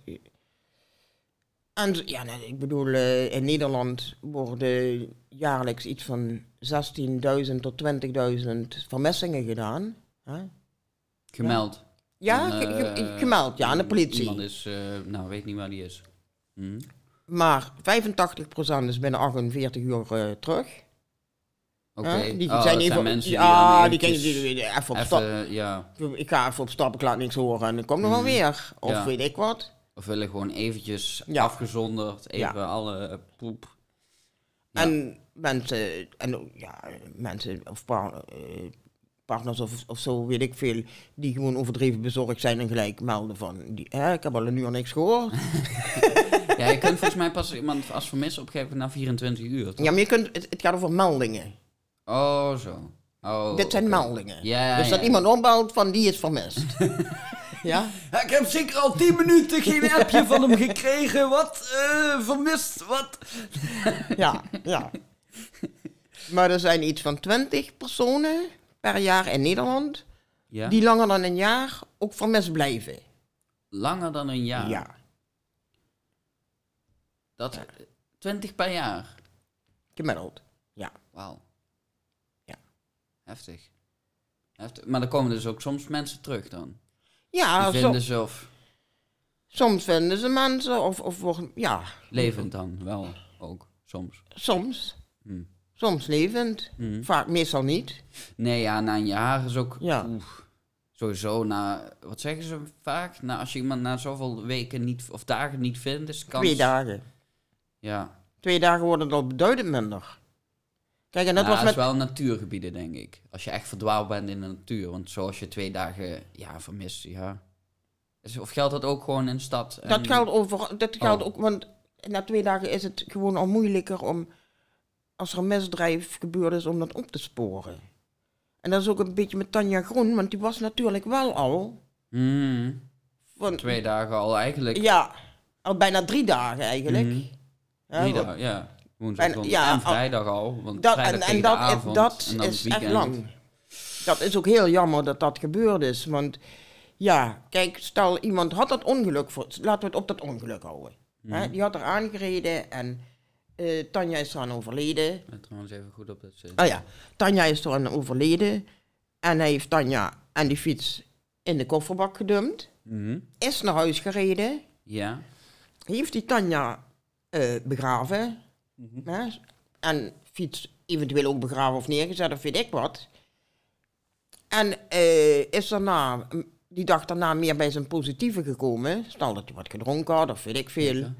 En ik bedoel, in Nederland worden jaarlijks iets van 16.000 tot 20.000 vermissingen gedaan. Gemeld. Ja, gemeld, aan de politie. Iemand is, weet niet waar die is. Maar 85% is binnen 48 uur terug. Oké. Die Oh, zijn dat even, zijn mensen ja, die dan die kunnen eventjes even op stap. ja. Ik ga even op stap, ik laat niks horen en dan komt nog wel weer. Of Ja. weet ik wat. Of willen gewoon eventjes Ja. afgezonderd, even alle poep. Ja. En mensen of partners of zo, weet ik veel, die gewoon overdreven bezorgd zijn en gelijk melden van, ik heb al een uur niks gehoord. Ja, je kunt volgens mij pas iemand als vermis opgeven na 24 uur. Toch? Ja, maar het gaat over meldingen. Oh, zo. Oh, Dit zijn oké. meldingen. Ja, dus dat ja. iemand opbelt van die is vermist. Ja? Ja, ik heb zeker al 10 minuten geen appje van hem gekregen. Wat? Vermist? Wat? Ja. Maar er zijn iets van 20 personen per jaar in Nederland Ja? die langer dan een jaar ook vermist blijven. Langer dan een jaar? Ja. Dat, 20 per jaar? Gemiddeld. Ja. Wauw. Ja. Heftig. Maar dan komen dus ook soms mensen terug dan? Ja, Die vinden ze of soms vinden ze mensen of worden, ja, levend dan wel ook, soms. soms. Hm. Soms levend, vaak meestal niet. Nee, ja, na een jaar is ook... Ja. Sowieso na... Wat zeggen ze vaak? Als je iemand na zoveel weken niet, of dagen niet vindt, is de kans... 2 dagen. Ja. 2 dagen worden het al beduidend minder. Kijk, en dat was is met... wel natuurgebieden, denk ik. Als je echt verdwaald bent in de natuur. Want zoals je 2 dagen vermist, ja. Of geldt dat ook gewoon in de stad? Dat geldt ook, want na 2 dagen is het gewoon al moeilijker om, als er een misdrijf gebeurd is, om dat op te sporen. En dat is ook een beetje met Tanja Groen, want die was natuurlijk wel al... Van, 2 dagen al eigenlijk. Ja, al bijna 3 dagen eigenlijk. Ja, 3 want- dagen, ja. Woensdag en vrijdag al. Want dat, vrijdag en tegen dat, de avond, dat en dan is het echt weekend. lang. Dat is ook heel jammer dat dat gebeurd is. Want ja, kijk, stel iemand had dat ongeluk, laten we het op dat ongeluk houden. Hè, die had er aangereden en Tanja is eraan overleden. Ik ben trouwens even goed op dat zin. Oh ja, Tanja is eraan overleden. En hij heeft Tanja en die fiets in de kofferbak gedumpt. Is naar huis gereden. Ja. Heeft die Tanja begraven. Hè, en fiets eventueel ook begraven of neergezet of weet ik wat. En is daarna, die dag daarna meer bij zijn positieve gekomen. Stel dat hij wat gedronken had of weet ik veel. Ja.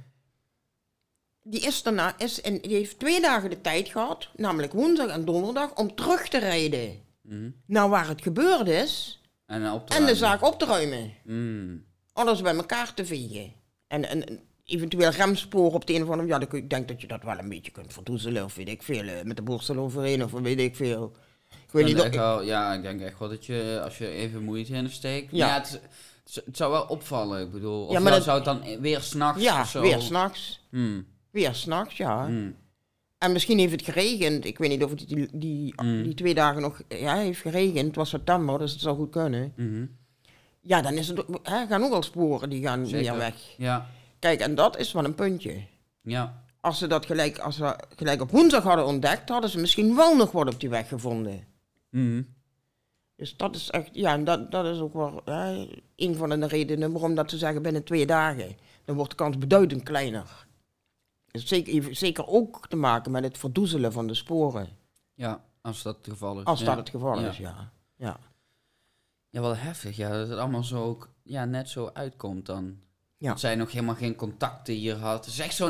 Die heeft 2 dagen de tijd gehad, namelijk woensdag en donderdag, om terug te rijden naar waar het gebeurd is. En op En de zaak op te ruimen. Mm. Alles bij elkaar te vegen. En eventueel remsporen op de een of andere... Ja, ik denk dat je dat wel een beetje kunt verdoezelen of weet ik veel. Met de borstel overheen of weet ik veel. Ik weet niet... Ik denk echt wel dat je, als je even moeite in steekt... Ja. Ja, het zou wel opvallen, ik bedoel. Of Ja, maar zou het dan weer s'nachts Ja, of zo... weer s'nachts. Hmm. Weer s'nachts, ja. Hmm. En misschien heeft het geregend. Ik weet niet of het die 2 dagen nog heeft geregend. Het was september, dus het zou goed kunnen. Mhm. Ja, dan is het, gaan ook al sporen, die gaan Zeker. weer weg. Ja, Kijk, en dat is wel een puntje. ja. Als ze gelijk op woensdag hadden ontdekt, hadden ze misschien wel nog wat op die weg gevonden. Mhm. Dus dat is echt, ja, en dat is ook wel een van de redenen waarom dat ze zeggen binnen 2 dagen. Dan wordt de kans beduidend kleiner. Dus zeker ook te maken met het verdoezelen van de sporen. Ja, als dat het geval is. Als ja. dat het geval Ja. is, ja. Ja. Ja, wel heftig, ja. Dat het allemaal zo ook, net zo uitkomt dan. Ja. Dat zij nog helemaal geen contacten hier had. Het is echt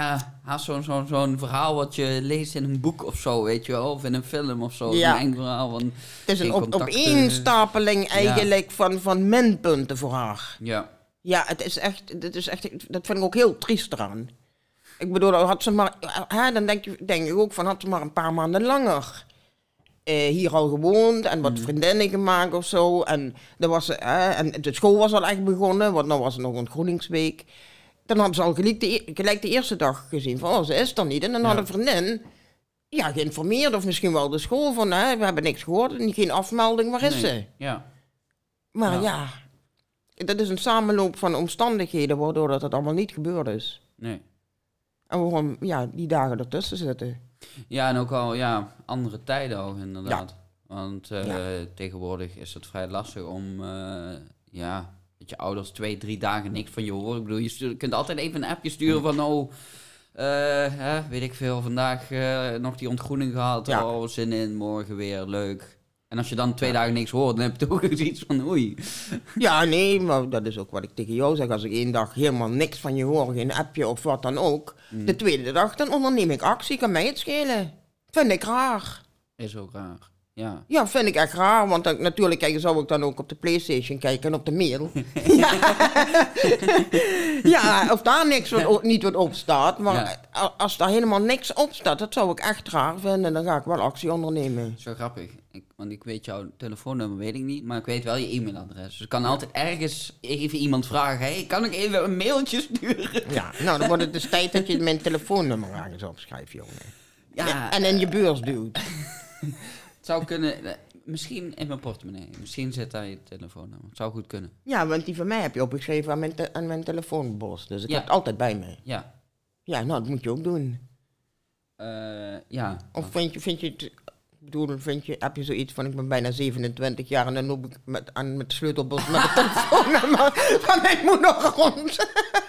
zo'n verhaal wat je leest in een boek of zo, weet je wel. Of in een film of zo. Ja. Een eng verhaal van... Het is een geen contacten. opeenstapeling eigenlijk van minpunten voor haar. Ja. Ja, dat vind ik ook heel triest eraan. Ik bedoel, had ze maar, dan denk je ook van, had ze maar een paar maanden langer hier al gewoond en wat vriendinnen gemaakt of zo. En, en de school was al echt begonnen, want dan was het nog een Groeningsweek. Dan hadden ze al gelijk de eerste dag gezien van, ze is er niet. En dan had een vriendin geïnformeerd of misschien wel de school van, we hebben niks gehoord, geen afmelding, waar is ze? Ja. Maar ja, dat is een samenloop van omstandigheden waardoor dat allemaal niet gebeurd is. Nee. En waarom die dagen ertussen zitten. Ja, en ook al andere tijden ook inderdaad. Want tegenwoordig is het vrij lastig om dat je ouders 2-3 dagen niks van je horen. Ik bedoel, je kunt altijd even een appje sturen van weet ik veel, vandaag nog die ontgroening gehad. Ja. Oh, zin in, morgen weer, leuk. En als je dan 2 dagen niks hoort, dan heb je toch iets van oei. Ja, nee, maar dat is ook wat ik tegen jou zeg. Als ik 1 dag helemaal niks van je hoor, geen appje of wat dan ook. De tweede dag, dan onderneem ik actie. Kan mij het schelen. Vind ik raar. Is ook raar, ja. Ja, vind ik echt raar. Want dan, natuurlijk zou ik dan ook op de PlayStation kijken en op de mail. Ja, of daar niet wat op staat. Maar als daar helemaal niks op staat, dat zou ik echt raar vinden. Dan ga ik wel actie ondernemen. Zo grappig. Want ik weet jouw telefoonnummer, weet ik niet. Maar ik weet wel je e-mailadres. Dus ik kan altijd ergens even iemand vragen. Hey, kan ik even een mailtje sturen? Ja, nou dan wordt het dus tijd dat je mijn telefoonnummer ergens opschrijft, jongen. Ja. En in je beurs duwt. Het zou kunnen. Misschien in mijn portemonnee. Misschien zit daar je telefoonnummer. Het zou goed kunnen. Ja, want die van mij heb je opgeschreven aan mijn telefoonbos. Dus ik heb het altijd bij me. Ja. Ja, nou, dat moet je ook doen. Ja. Of vind je het... Ik bedoel, heb je zoiets van, ik ben bijna 27 jaar en dan loop ik met de sleutelbos met het telefoonnummer van mijn moeder rond.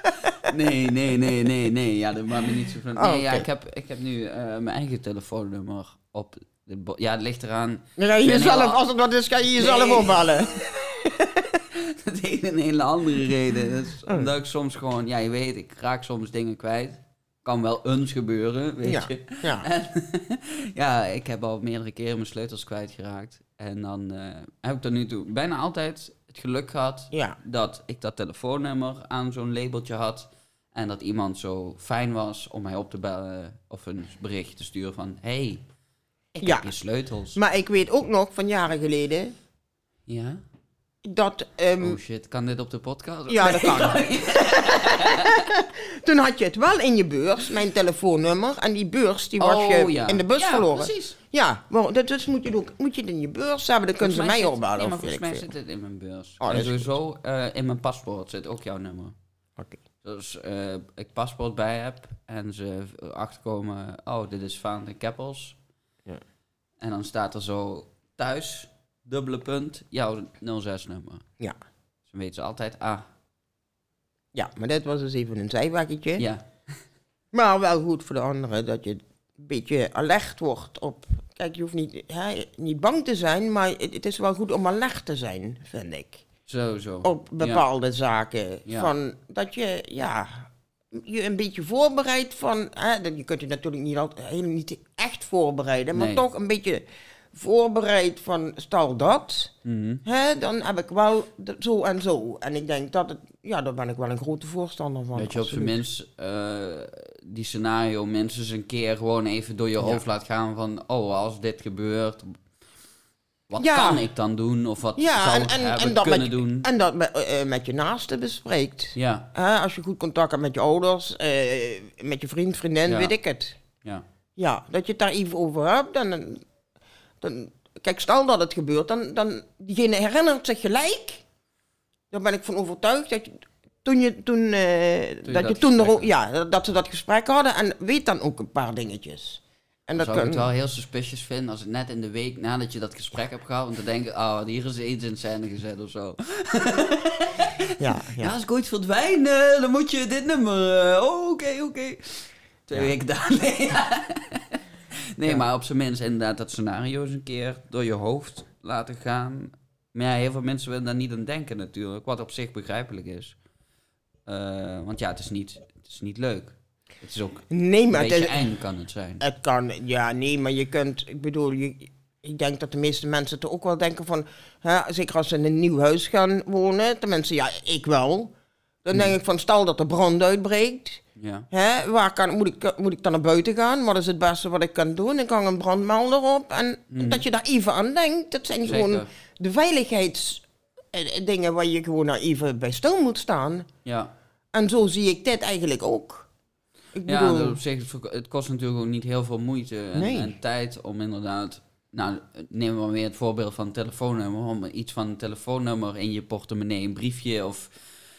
Nee. Ja, dat maakt me niet zo van. Nee, okay. Ja, ik heb nu mijn eigen telefoonnummer op de ja, het ligt eraan. Dan ga je jezelf, als het wat is, ga je jezelf opbellen. Dat heeft een hele andere reden. Dus omdat ik soms gewoon, ja, je weet, ik raak soms dingen kwijt. Kan wel eens gebeuren, weet je. Ja. En, ja, ik heb al meerdere keren mijn sleutels kwijtgeraakt. En dan heb ik tot nu toe bijna altijd het geluk gehad dat ik dat telefoonnummer aan zo'n labeltje had. En dat iemand zo fijn was om mij op te bellen of een berichtje te sturen van... Hey, ik heb je sleutels. Maar ik weet ook nog van jaren geleden... Ja? Dat... oh shit, kan dit op de podcast? Ja, dat kan. Toen had je het wel in je beurs, mijn telefoonnummer. En die beurs, die was je in de bus verloren. Precies. Ja, dus moet je het in je beurs hebben. Dan kunnen ze mij opbellen. Nee, maar volgens mij zit het in mijn beurs. Oh, en sowieso in mijn paspoort zit ook jouw nummer. Oké. Dus ik paspoort bij heb en ze achterkomen... Oh, dit is Vaan de Keppels. Ja. En dan staat er zo thuis... .. jouw 06-nummer. Ja. Dus dan weten ze altijd, Ja, maar dit was dus even een zijwaggetje. Ja. Maar wel goed voor de anderen, dat je een beetje alert wordt op... Kijk, je hoeft niet bang te zijn, maar het is wel goed om alert te zijn, vind ik. Zo. Op bepaalde zaken. Ja. Van, dat je, je een beetje voorbereidt van... je kunt je natuurlijk niet echt voorbereiden, maar toch een beetje... voorbereid van stel dat, dan heb ik wel zo en zo. En ik denk dat daar ben ik wel een grote voorstander van. Dat je op zijn minst die scenario minstens een keer gewoon even door je hoofd laat gaan van, oh, als dit gebeurt, wat kan ik dan doen? Of wat zou ik kunnen doen? En dat met je naasten bespreekt. Ja. Als je goed contact hebt met je ouders, met je vriend, vriendin, weet ik het. Ja. Ja, dat je het daar even over hebt, dan, kijk, stel dat het gebeurt, dan diegene herinnert zich gelijk. Daar ben ik van overtuigd dat dat ze dat gesprek hadden en weet dan ook een paar dingetjes. En dat zou ik het wel heel suspicious vinden als het net in de week nadat je dat gesprek hebt gehad, want dan denk ik, hier is iets in scène gezet of zo. Ja, als ik ooit verdwijn, dan moet je dit nummer. Oké. 2 weken daar. Nee, maar op zijn minst inderdaad dat scenario eens een keer door je hoofd laten gaan. Maar ja, heel veel mensen willen daar niet aan denken natuurlijk, wat op zich begrijpelijk is. Want ja, het is niet leuk. Het is ook een beetje eng kan het zijn. Het kan, maar je kunt, ik bedoel, ik denk dat de meeste mensen toch ook wel denken van, zeker als ze in een nieuw huis gaan wonen, tenminste, ik wel. Dan denk ik van, stel dat er brand uitbreekt. Ja. Moet ik dan naar buiten gaan? Wat is het beste wat ik kan doen? Ik hang een brandmelder op. En dat je daar even aan denkt. Dat zijn gewoon de veiligheidsdingen waar je gewoon even bij stil moet staan. Ja. En zo zie ik dit eigenlijk ook. Ik bedoel... op zich, het kost natuurlijk ook niet heel veel moeite en tijd om inderdaad... Nou, neem maar weer het voorbeeld van een telefoonnummer. Om iets van een telefoonnummer in je portemonnee, een briefje of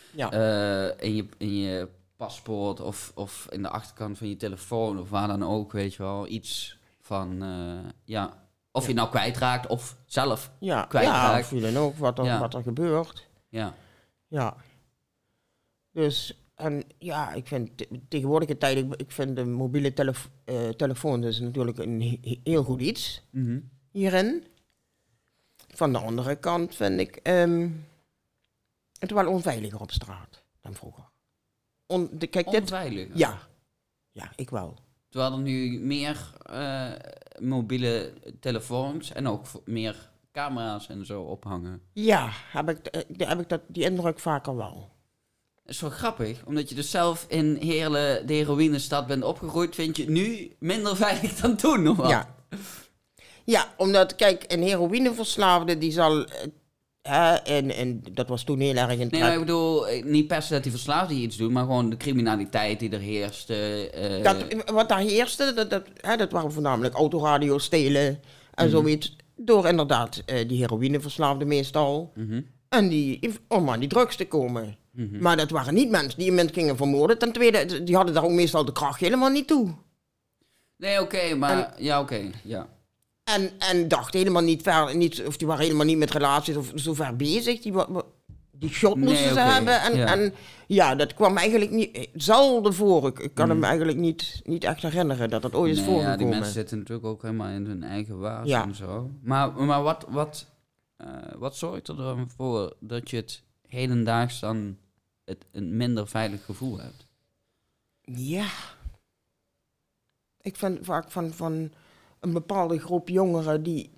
in je paspoort of in de achterkant van je telefoon of waar dan ook, weet je wel. Iets van, of je nou kwijtraakt of zelf kwijtraakt. Ja, of je dan ook wat er gebeurt. Ja. Ja. Dus, En ja, ik vind tegenwoordige tijd, ik vind de mobiele telefoon dus natuurlijk een heel goed iets hierin. Van de andere kant vind ik het wel onveiliger op straat dan vroeger. Onveilig? Ja, ik wel. Terwijl er nu meer mobiele telefoons en ook meer camera's en zo ophangen. Ja, heb ik die indruk vaker wel. Dat is wel grappig, omdat je dus zelf in de heroïnestad bent opgegroeid, vind je het nu minder veilig dan toen, of wat? Ja, omdat, kijk, een heroïneverslaafde die zal... en dat was toen heel erg in... Nee, maar ik bedoel, niet per se dat die verslaafde iets doet, maar gewoon de criminaliteit die er heerste. Wat daar heerste, dat waren voornamelijk autoradio stelen en zoiets. Door inderdaad die heroïneverslaafden meestal. En om aan die drugs te komen. Maar dat waren niet mensen die een mens gingen vermoorden. Ten tweede, die hadden daar ook meestal de kracht helemaal niet toe. Nee, oké, maar... ja. En dachten helemaal niet ver, of die waren helemaal niet met relaties of zo ver bezig. Die shot moesten ze hebben. En ja, dat kwam eigenlijk niet, zelden voor. Ik kan hem eigenlijk niet echt herinneren dat ooit is voorgekomen. Ja, die mensen zitten natuurlijk ook helemaal in hun eigen waas en zo. Maar wat zorgt er dan voor dat je het hedendaags dan een minder veilig gevoel hebt? Ja. Ik vind vaak van een bepaalde groep jongeren die...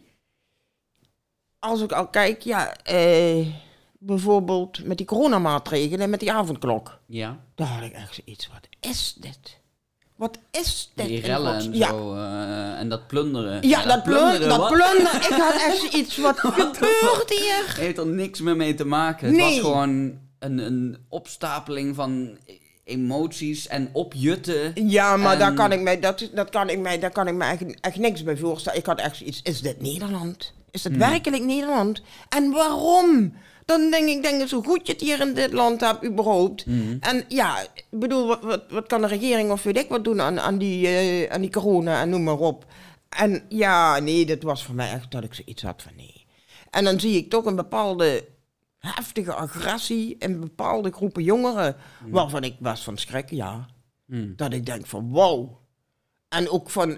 Als ik al kijk, bijvoorbeeld met die coronamaatregelen en met die avondklok. Ja. Daar had ik echt zoiets, wat is dit? Wat is dit? Die rellen en zo, en dat plunderen. Ja, dat plunderen. Ik had echt zoiets, wat gebeurt hier? Het heeft er niks meer mee te maken. Nee. Het was gewoon een opstapeling van emoties en opjutten. Ja, maar daar kan ik me echt niks bij voorstellen. Ik had echt zoiets, is dit Nederland? Is het werkelijk Nederland? En waarom? Dan denk ik, zo goed je het hier in dit land hebt überhaupt. En ja, ik bedoel, wat kan de regering of weet ik wat doen aan die corona en noem maar op. En ja, nee, dat was voor mij echt dat ik zoiets had van nee. En dan zie ik toch een bepaalde heftige agressie in bepaalde groepen jongeren, waarvan ik was van schrik, dat ik denk van wow. En ook van,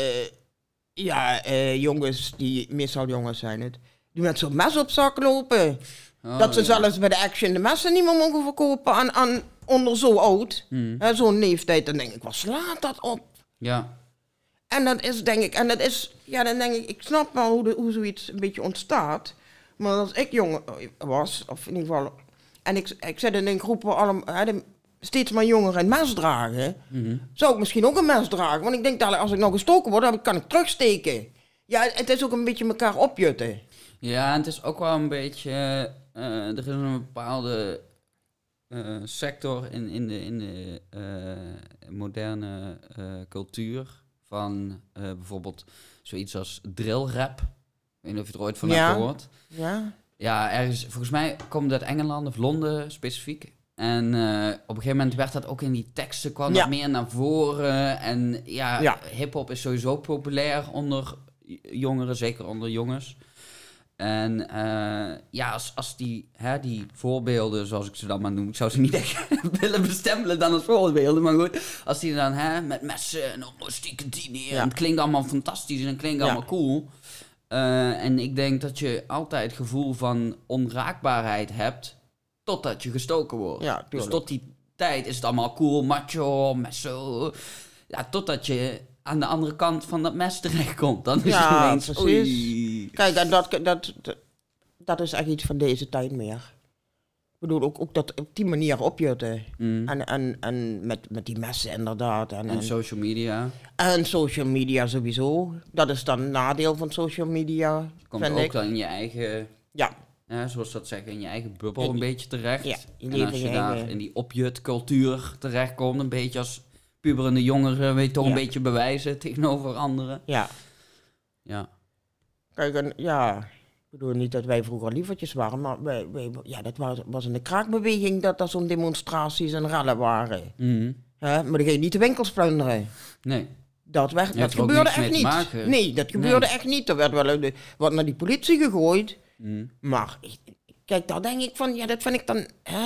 jongens, die meestal jongens zijn het, die met zo'n mes op zak lopen. Dat ze zelfs bij de Action de messen niet meer mogen verkopen aan onder zo oud, zo'n leeftijd. Dan denk ik, wat slaat dat op? Ja. En dat is, denk ik, dan denk ik snap wel hoe zoiets een beetje ontstaat. Maar als ik jong was, of in ieder geval... En ik zit in een groep waar steeds maar jongeren een mes dragen. Zou ik misschien ook een mes dragen. Want ik denk dat als ik nog gestoken word, dan kan ik terugsteken. Ja, het is ook een beetje elkaar opjutten. Ja, en het is ook wel een beetje... er is een bepaalde sector in de moderne cultuur van bijvoorbeeld zoiets als drillrap. Ik weet niet of je er ooit van hebt gehoord. Ja, ergens, volgens mij komt het uit Engeland of Londen specifiek. En op een gegeven moment werd dat ook in die teksten, kwam dat meer naar voren. En hip-hop is sowieso populair onder jongeren, zeker onder jongens. En als die voorbeelden, zoals ik ze dan maar noem, ik zou ze niet echt willen bestempelen dan als voorbeelden, maar goed. Als die dan met messen en stieke diner, en het klinkt allemaal fantastisch en het klinkt allemaal cool. En ik denk dat je altijd het gevoel van onraakbaarheid hebt totdat je gestoken wordt. Ja, dus tot die tijd is het allemaal cool, macho, messo. Ja, totdat je aan de andere kant van dat mes terechtkomt. Dan is het ineens, precies. Oei. Kijk, en dat is echt iets van deze tijd meer. Ik bedoel, ook dat op die manier opjutten. En met die messen inderdaad. En social media. En social media sowieso. Dat is dan een nadeel van social media, Komt ook dan in je eigen... Ja, zoals dat zeggen, in je eigen bubbel een beetje terecht. Ja, en als je daar in die opjutcultuur terechtkomt, een beetje als puberende jongeren, weet je toch een beetje bewijzen tegenover anderen. Ja. Ja. Kijk, ik bedoel niet dat wij vroeger lievertjes waren, maar dat was in de kraakbeweging dat er zo'n demonstraties en rellen waren. Maar dan ging je niet de winkels plunderen. Nee. Dat gebeurde echt niet. Nee, dat gebeurde echt niet. Er werd wel wat naar die politie gegooid. Maar kijk, daar denk ik van, dat vind ik dan...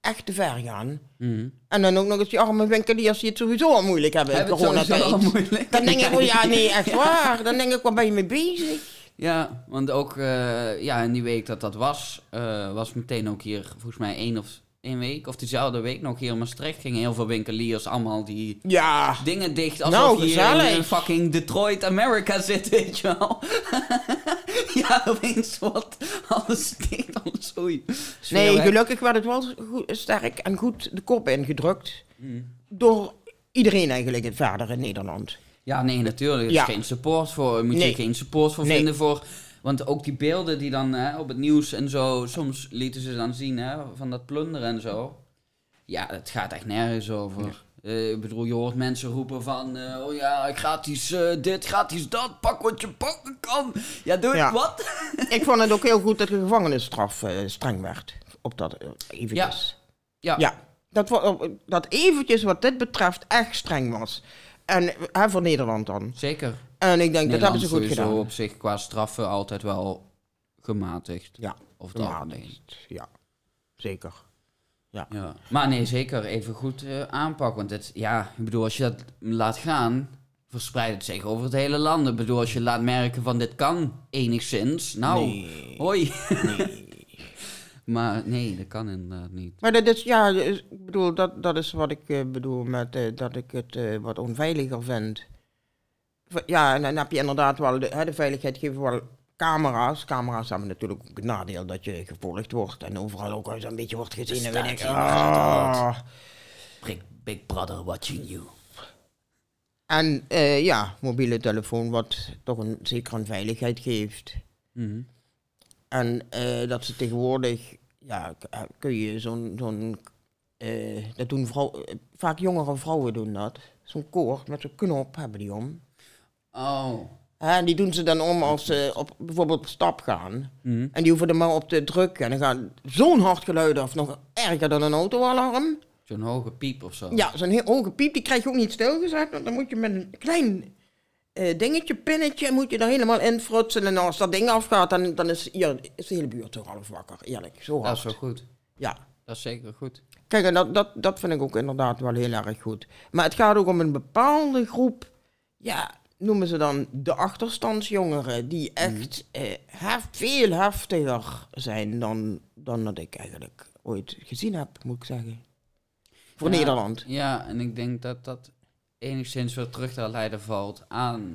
echt te ver gaan. Mhm. En dan ook nog eens die arme winkeliers die het sowieso al moeilijk hebben in Hebben het sowieso al coronatijd. moeilijk. Dan denk ik, ja nee, echt waar. Dan denk ik, waar ben je mee bezig? Ja, want ook in die week dat was meteen ook hier volgens mij 1 week of diezelfde week nog hier in Maastricht gingen heel veel winkeliers allemaal die Ja. dingen dicht alsof je gezellig. in fucking Detroit, America zit, weet je wel. Ja, opeens wordt alles dicht, alles oei. Nee, gelukkig werd het wel goed, sterk en goed de kop ingedrukt. Door iedereen eigenlijk verder in Nederland. Ja, nee, natuurlijk. Er is geen support voor. Moet je geen support voor vinden voor. Want ook die beelden die dan op het nieuws en zo, soms lieten ze dan zien van dat plunderen en zo. Ja, het gaat echt nergens over. Ik bedoel, je hoort mensen roepen van, gratis dit, gratis dat, pak wat je pakken kan. Ja, doe ik wat? Ik vond het ook heel goed dat de gevangenisstraf streng werd. Op dat eventjes. Ja. Dat eventjes wat dit betreft echt streng was. En voor Nederland dan. Zeker. En ik denk, dat hebben ze goed gedaan. op zich qua straffen altijd wel gematigd. Ja, of gematigd. Ja, zeker. Ja. Maar nee, zeker even goed aanpakken. Want ik bedoel, als je dat laat gaan, verspreidt het zich over het hele land. Ik bedoel, als je laat merken van dit kan enigszins, hoi. Nee. Maar nee, dat kan inderdaad niet. Maar dat is, ik bedoel, dat is wat ik bedoel met dat ik het wat onveiliger vind. Ja, en dan heb je inderdaad wel, de veiligheid geeft wel camera's. Camera's hebben natuurlijk ook het nadeel dat je gevolgd wordt en overal ook een beetje wordt gezien. En weet ik, Big Brother watching you. En mobiele telefoon wat toch zeker een veiligheid geeft. Mm-hmm. En dat ze tegenwoordig, kun je dat doen vaak jongere vrouwen doen dat. Zo'n koord met zo'n knop hebben die om. Oh. En die doen ze dan om als ze bijvoorbeeld op stap gaan. Mm-hmm. En die hoeven er maar op te drukken. En dan gaat zo'n hard geluid af, nog erger dan een autoalarm. Zo'n hoge piep of zo. Ja, zo'n heel hoge piep, die krijg je ook niet stilgezet. Want dan moet je met een klein dingetje, pinnetje, moet je er helemaal in frutselen. En als dat ding afgaat, dan is de hele buurt toch half wakker. Eerlijk, zo hard. Dat is wel goed. Ja. Dat is zeker goed. Kijk, en dat vind ik ook inderdaad wel heel erg goed. Maar het gaat ook om een bepaalde groep, noemen ze dan de achterstandsjongeren, die echt veel heftiger zijn dan dat ik eigenlijk ooit gezien heb, moet ik zeggen. Voor Nederland. Ja, en ik denk dat dat enigszins weer terug te leiden valt aan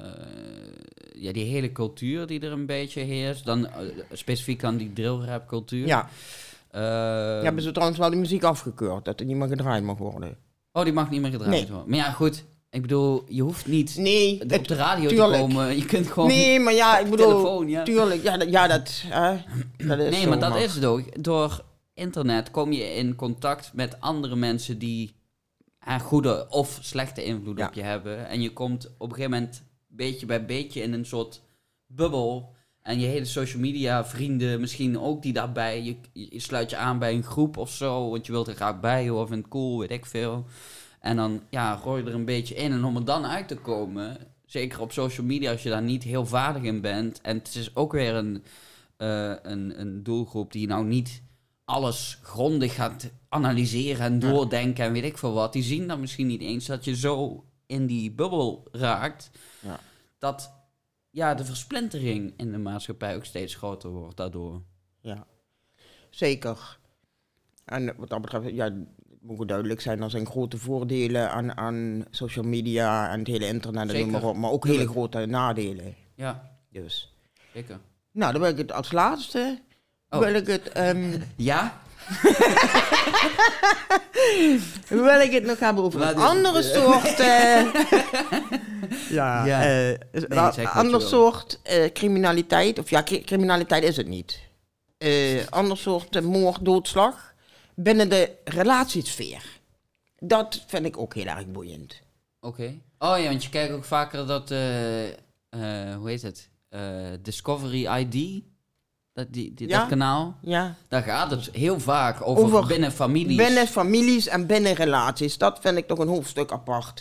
die hele cultuur die er een beetje heerst. Dan specifiek aan die drillrap cultuur. Ja. Hebben ze trouwens wel die muziek afgekeurd, dat er niet meer gedraaid mag worden. Oh, die mag niet meer gedraaid worden. Maar ja, goed. Ik bedoel, je hoeft niet op de radio te komen. Je kunt gewoon ik bedoel, telefoon, tuurlijk. Dat is nee, zo, maar dat is het ook. Door internet kom je in contact met andere mensen die goede of slechte invloed op je hebben. En je komt op een gegeven moment beetje bij beetje in een soort bubbel. En je hele social media vrienden misschien ook die daarbij. Je sluit je aan bij een groep of zo, want je wilt er graag bij of vindt het cool, weet ik veel. En dan gooi je er een beetje in. En om er dan uit te komen, zeker op social media als je daar niet heel vaardig in bent. En het is ook weer een doelgroep die nou niet alles grondig gaat analyseren en doordenken en weet ik veel wat. Die zien dan misschien niet eens dat je zo in die bubbel raakt. Ja. Dat de versplintering in de maatschappij ook steeds groter wordt daardoor. Ja, zeker. En wat dat betreft, het moet duidelijk zijn, er zijn grote voordelen aan social media en het hele internet en noem maar op, maar ook hele grote nadelen. Ja. Dus. Zeker. Nou, dan wil ik het als laatste. Wil ik het... Ja? wil ik het nog hebben over een andere soort... ander soort criminaliteit. Of criminaliteit is het niet. Ander soort moord, doodslag. Binnen de relatiesfeer. Dat vind ik ook heel erg boeiend. Oké. Oh ja, want je kijkt ook vaker dat... hoe heet het? Discovery ID... Dat kanaal, daar gaat het heel vaak over binnen families. Binnen families en binnen relaties. Dat vind ik toch een hoofdstuk apart.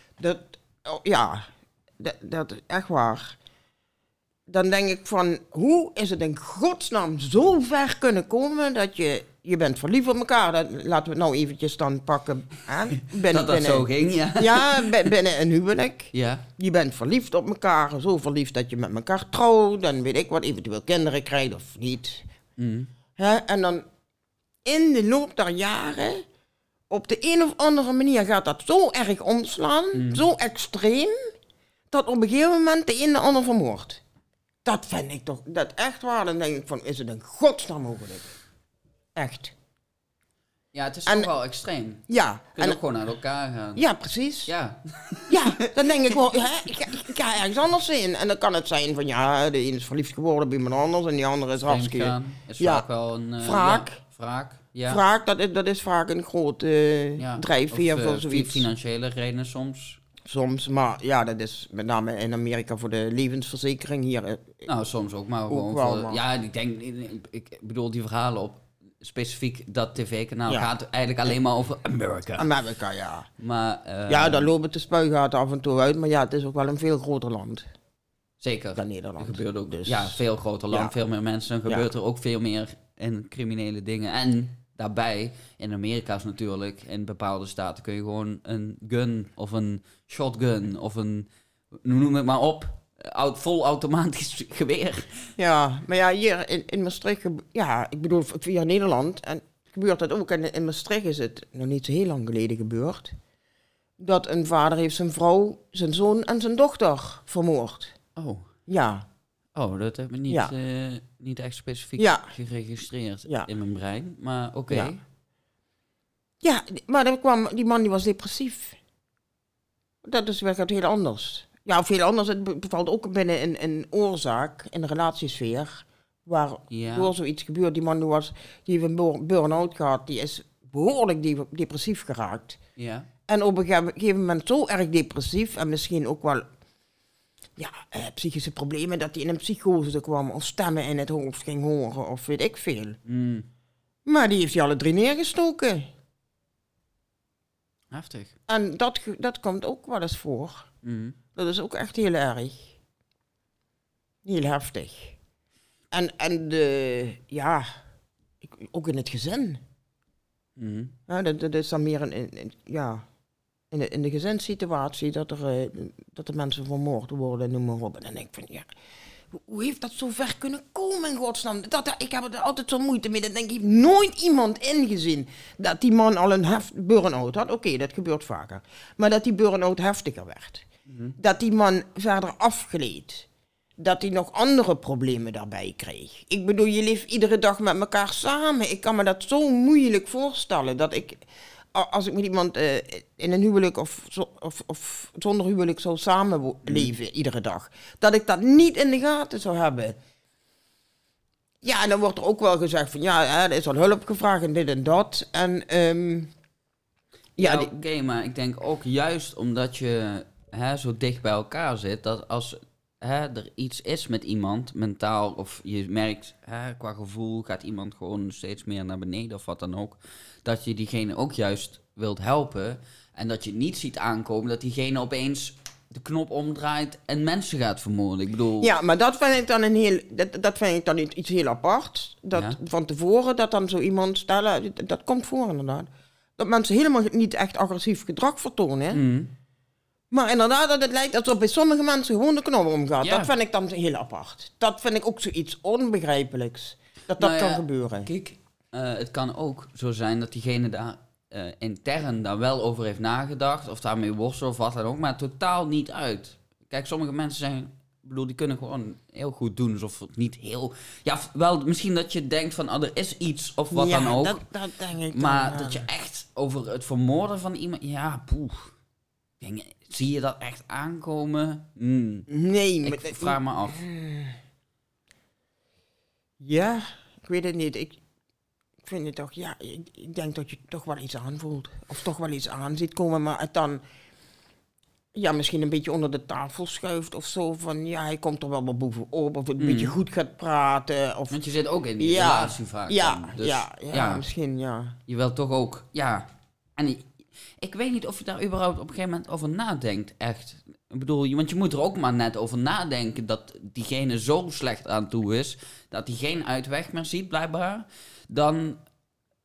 Dat is echt waar. Dan denk ik van, hoe is het in godsnaam zo ver kunnen komen dat je je bent verliefd op elkaar. Laten we het nou eventjes dan pakken. Dat zo ging, ja. Ja, binnen een huwelijk. Ja. Je bent verliefd op elkaar. Zo verliefd dat je met elkaar trouwt. Dan weet ik wat, eventueel kinderen krijgt of niet. En dan in de loop der jaren, op de een of andere manier gaat dat zo erg omslaan. Zo extreem. Dat op een gegeven moment de een de ander vermoordt. Dat vind ik toch, dat echt waar. Dan denk ik van, is het een godsnaam mogelijk? Echt. Ja, het is toch wel extreem. Ja. Je kunt ook gewoon naar elkaar gaan. Ja, precies. Ja. Ja, dan denk ik wel, ik ga ergens anders in. En dan kan het zijn van, ja, de ene is verliefd geworden op iemand anders en die andere is hartstikke... Is vaak wel een... wraak. Wraak, ja. Wraak, dat is vaak een grote drijfveer voor zoiets. Financiële redenen soms. Soms, maar ja, dat is met name in Amerika voor de levensverzekering hier. Nou, soms ook, maar gewoon wel, voor... Ja, ik bedoel, die verhalen op specifiek dat tv-kanaal gaat eigenlijk alleen maar over Amerika. Amerika, ja. Maar... ja, daar lopen de spuigaten af en toe uit, maar ja, het is ook wel een veel groter land. Zeker. Dan Nederland. Er gebeurt ook, dus, veel groter land, veel meer mensen. Dan gebeurt er ook veel meer in criminele dingen. En daarbij, in Amerika is natuurlijk, in bepaalde staten kun je gewoon een gun of een shotgun of een, noem het maar op, vol automatisch geweer. Ja, maar ja, hier in Maastricht, ik bedoel, via Nederland, en gebeurt dat ook. En in Maastricht is het nog niet zo heel lang geleden gebeurd, dat een vader heeft zijn vrouw, zijn zoon en zijn dochter vermoord. Oh. Ja. Oh, dat heb ik niet echt specifiek geregistreerd in mijn brein, maar oké. Ja, maar dan kwam, die man die was depressief. Dat is weer heel anders. Ja, of heel anders, het bevalt ook binnen een oorzaak, in de relatiesfeer, waar door zoiets gebeurt. Die man die heeft een burn-out gehad, die is behoorlijk depressief geraakt. Ja. En op een gegeven moment zo erg depressief en misschien ook wel psychische problemen, dat hij in een psychose kwam of stemmen in het hoofd ging horen of weet ik veel. Maar die heeft hij alle 3 neergestoken. Heftig. En dat komt ook wel eens voor. Dat is ook echt heel erg. Heel heftig. En ook in het gezin. Ja, dat is dan meer in de gezinssituatie dat de mensen vermoord worden, noem maar op. En dan denk ik van, hoe heeft dat zo ver kunnen komen in godsnaam? Ik heb er altijd zo moeite mee. Dat denk ik, heeft nooit iemand ingezien dat die man al een burn-out had. Oké, dat gebeurt vaker. Maar dat die burn-out heftiger werd. Dat die man verder afgleed. Dat hij nog andere problemen daarbij kreeg. Ik bedoel, je leeft iedere dag met elkaar samen. Ik kan me dat zo moeilijk voorstellen. Dat ik, als ik met iemand in een huwelijk of zonder huwelijk zou samenleven iedere dag, dat ik dat niet in de gaten zou hebben. Ja, en dan wordt er ook wel gezegd van, er is al hulp gevraagd en dit en dat. En, oké, maar ik denk ook juist omdat je zo dicht bij elkaar zit, dat als er iets is met iemand, mentaal, of je merkt, qua gevoel gaat iemand gewoon steeds meer naar beneden of wat dan ook, dat je diegene ook juist wilt helpen en dat je niet ziet aankomen dat diegene opeens de knop omdraait en mensen gaat vermoorden. Ik bedoel... Ja, maar dat vind ik dan iets heel apart. Dat van tevoren, dat dan zo iemand stellen, dat komt voor inderdaad. Dat mensen helemaal niet echt agressief gedrag vertonen. Maar inderdaad, dat het lijkt alsof bij sommige mensen gewoon de knop omgaat. Ja. Dat vind ik dan heel apart. Dat vind ik ook zoiets onbegrijpelijks. Dat kan gebeuren. Kijk, het kan ook zo zijn dat diegene daar intern daar wel over heeft nagedacht, of daarmee worstelt of wat dan ook, maar totaal niet uit. Kijk, sommige mensen die kunnen gewoon heel goed doen, alsof het niet heel... Ja, wel misschien dat je denkt van, er is iets of wat dan ook. Dat denk ik maar dan, dat je echt over het vermoorden van iemand... Ja, zie je dat echt aankomen? Nee. Ik vraag me af. Ja, ik weet het niet. Ik vind het toch, ik denk dat je toch wel iets aanvoelt. Of toch wel iets aan ziet komen, maar het dan... Ja, misschien een beetje onder de tafel schuift of zo. Van hij komt er wel wat bovenop. Of een beetje goed gaat praten. Of... Want je zit ook in die relatie vaak. Misschien. Je wilt toch ook... Ja. En ik weet niet of je daar überhaupt op een gegeven moment over nadenkt. Echt. Ik bedoel, want je moet er ook maar net over nadenken dat diegene zo slecht aan toe is. Dat hij geen uitweg meer ziet, blijkbaar. Dan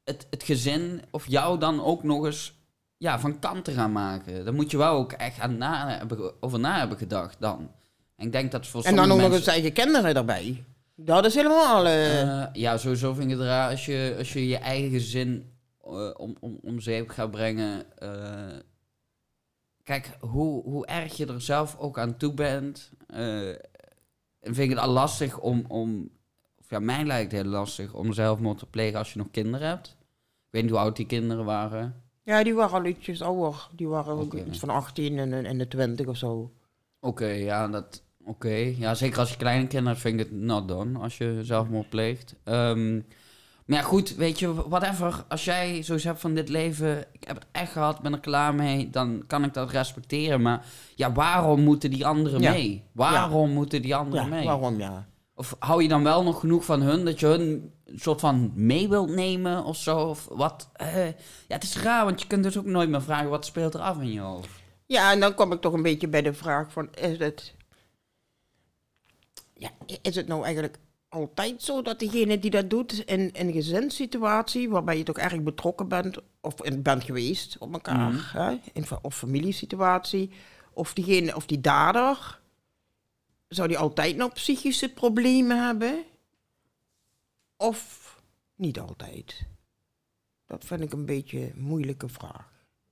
het gezin of jou dan ook nog eens van kant te gaan maken. Daar moet je wel ook echt over na hebben gedacht dan. En ik denk dat voor sommige En dan ook mensen... nog eens eigen kinderen erbij. Dat is helemaal... sowieso vind ik het raar als je je eigen gezin om zeep gaat brengen. Kijk, hoe erg je er zelf ook aan toe bent. Vind ik het al lastig mij lijkt het heel lastig om zelfmoord te plegen als je nog kinderen hebt. Ik weet niet hoe oud die kinderen waren. Ja, die waren al ietsjes ouder. Die waren iets van 18 en de 20 of zo. Oké. Ja, zeker als je kleine kinderen hebt, vind ik het not done als je zelfmoord pleegt. Maar ja, goed, weet je, whatever. Als jij zoiets hebt van dit leven, ik heb het echt gehad, ben er klaar mee, dan kan ik dat respecteren. Maar ja, waarom moeten die anderen mee? Waarom moeten die anderen mee? Waarom, ja. Of hou je dan wel nog genoeg van hun, dat je hun een soort van mee wilt nemen of zo? Of wat? Het is raar, want je kunt dus ook nooit meer vragen, wat speelt er af in je hoofd? Ja, en dan kom ik toch een beetje bij de vraag van, is het nou eigenlijk altijd zo dat degene die dat doet in een gezinssituatie, waarbij je toch erg betrokken bent, of bent geweest op elkaar, of familiesituatie, of die dader, zou die altijd nog psychische problemen hebben? Of niet altijd? Dat vind ik een beetje een moeilijke vraag.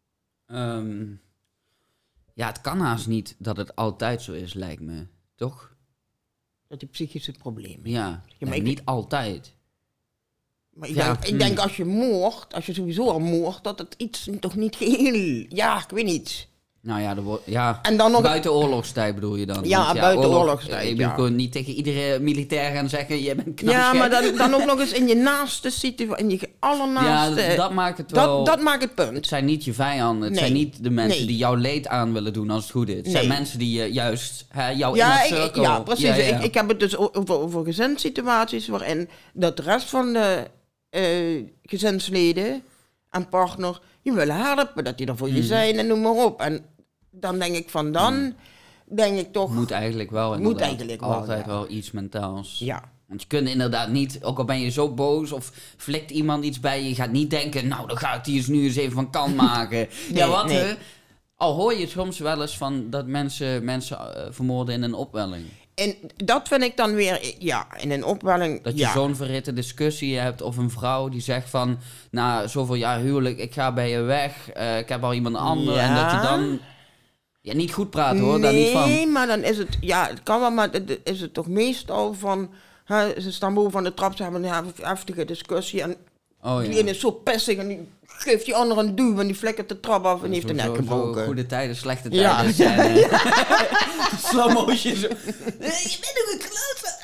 Het kan haast niet dat het altijd zo is, lijkt me. Toch? Dat die psychische problemen. Ja, maar niet altijd. Maar ik denk als je sowieso al moordt, dat het iets toch niet geheel... Ja, ik weet niet. Nou ja, en dan nog buiten oorlogstijd bedoel je dan? Ja, buiten oorlogstijd, Je bent gewoon niet tegen iedere militair gaan zeggen, je bent knapsgek. Ja, maar dan ook nog eens in je naaste situatie, in je allernaaste... Ja, dat maakt het wel... Dat maakt het punt. Het zijn niet je vijanden, het zijn niet de mensen die jouw leed aan willen doen als het goed is. Het zijn mensen die juist jouw inner circle... Ja, precies. Ja. Ik heb het dus over gezinssituaties waarin de rest van de gezinsleden en partner je willen helpen, dat die er voor je zijn en noem maar op. En dan denk ik denk ik toch... Moet eigenlijk wel altijd wel iets mentaals. Ja. Want je kunt inderdaad niet, ook al ben je zo boos of flikt iemand iets bij je gaat niet denken, nou dan ga ik die nu eens even van kant maken. Nee. Al hoor je soms wel eens van dat mensen vermoorden in een opwelling. En dat vind ik dan weer, in een opwelling... Dat je zo'n verhitte discussie hebt of een vrouw die zegt van... na zoveel jaar huwelijk, ik ga bij je weg, ik heb al iemand anders. En dat je dan... Ja, niet goed praat hoor, daar niet van. Nee, maar dan is het... Ja, het kan wel, maar is het toch meestal van... ze staan boven aan de trap, ze hebben een heftige discussie en... Die ene is zo pissig en die geeft die andere een duw en die flikkert de trap af en die heeft de nek gebroken. Goede tijden, slechte tijden zijn. Slow motion. Je bent ook een klootzak.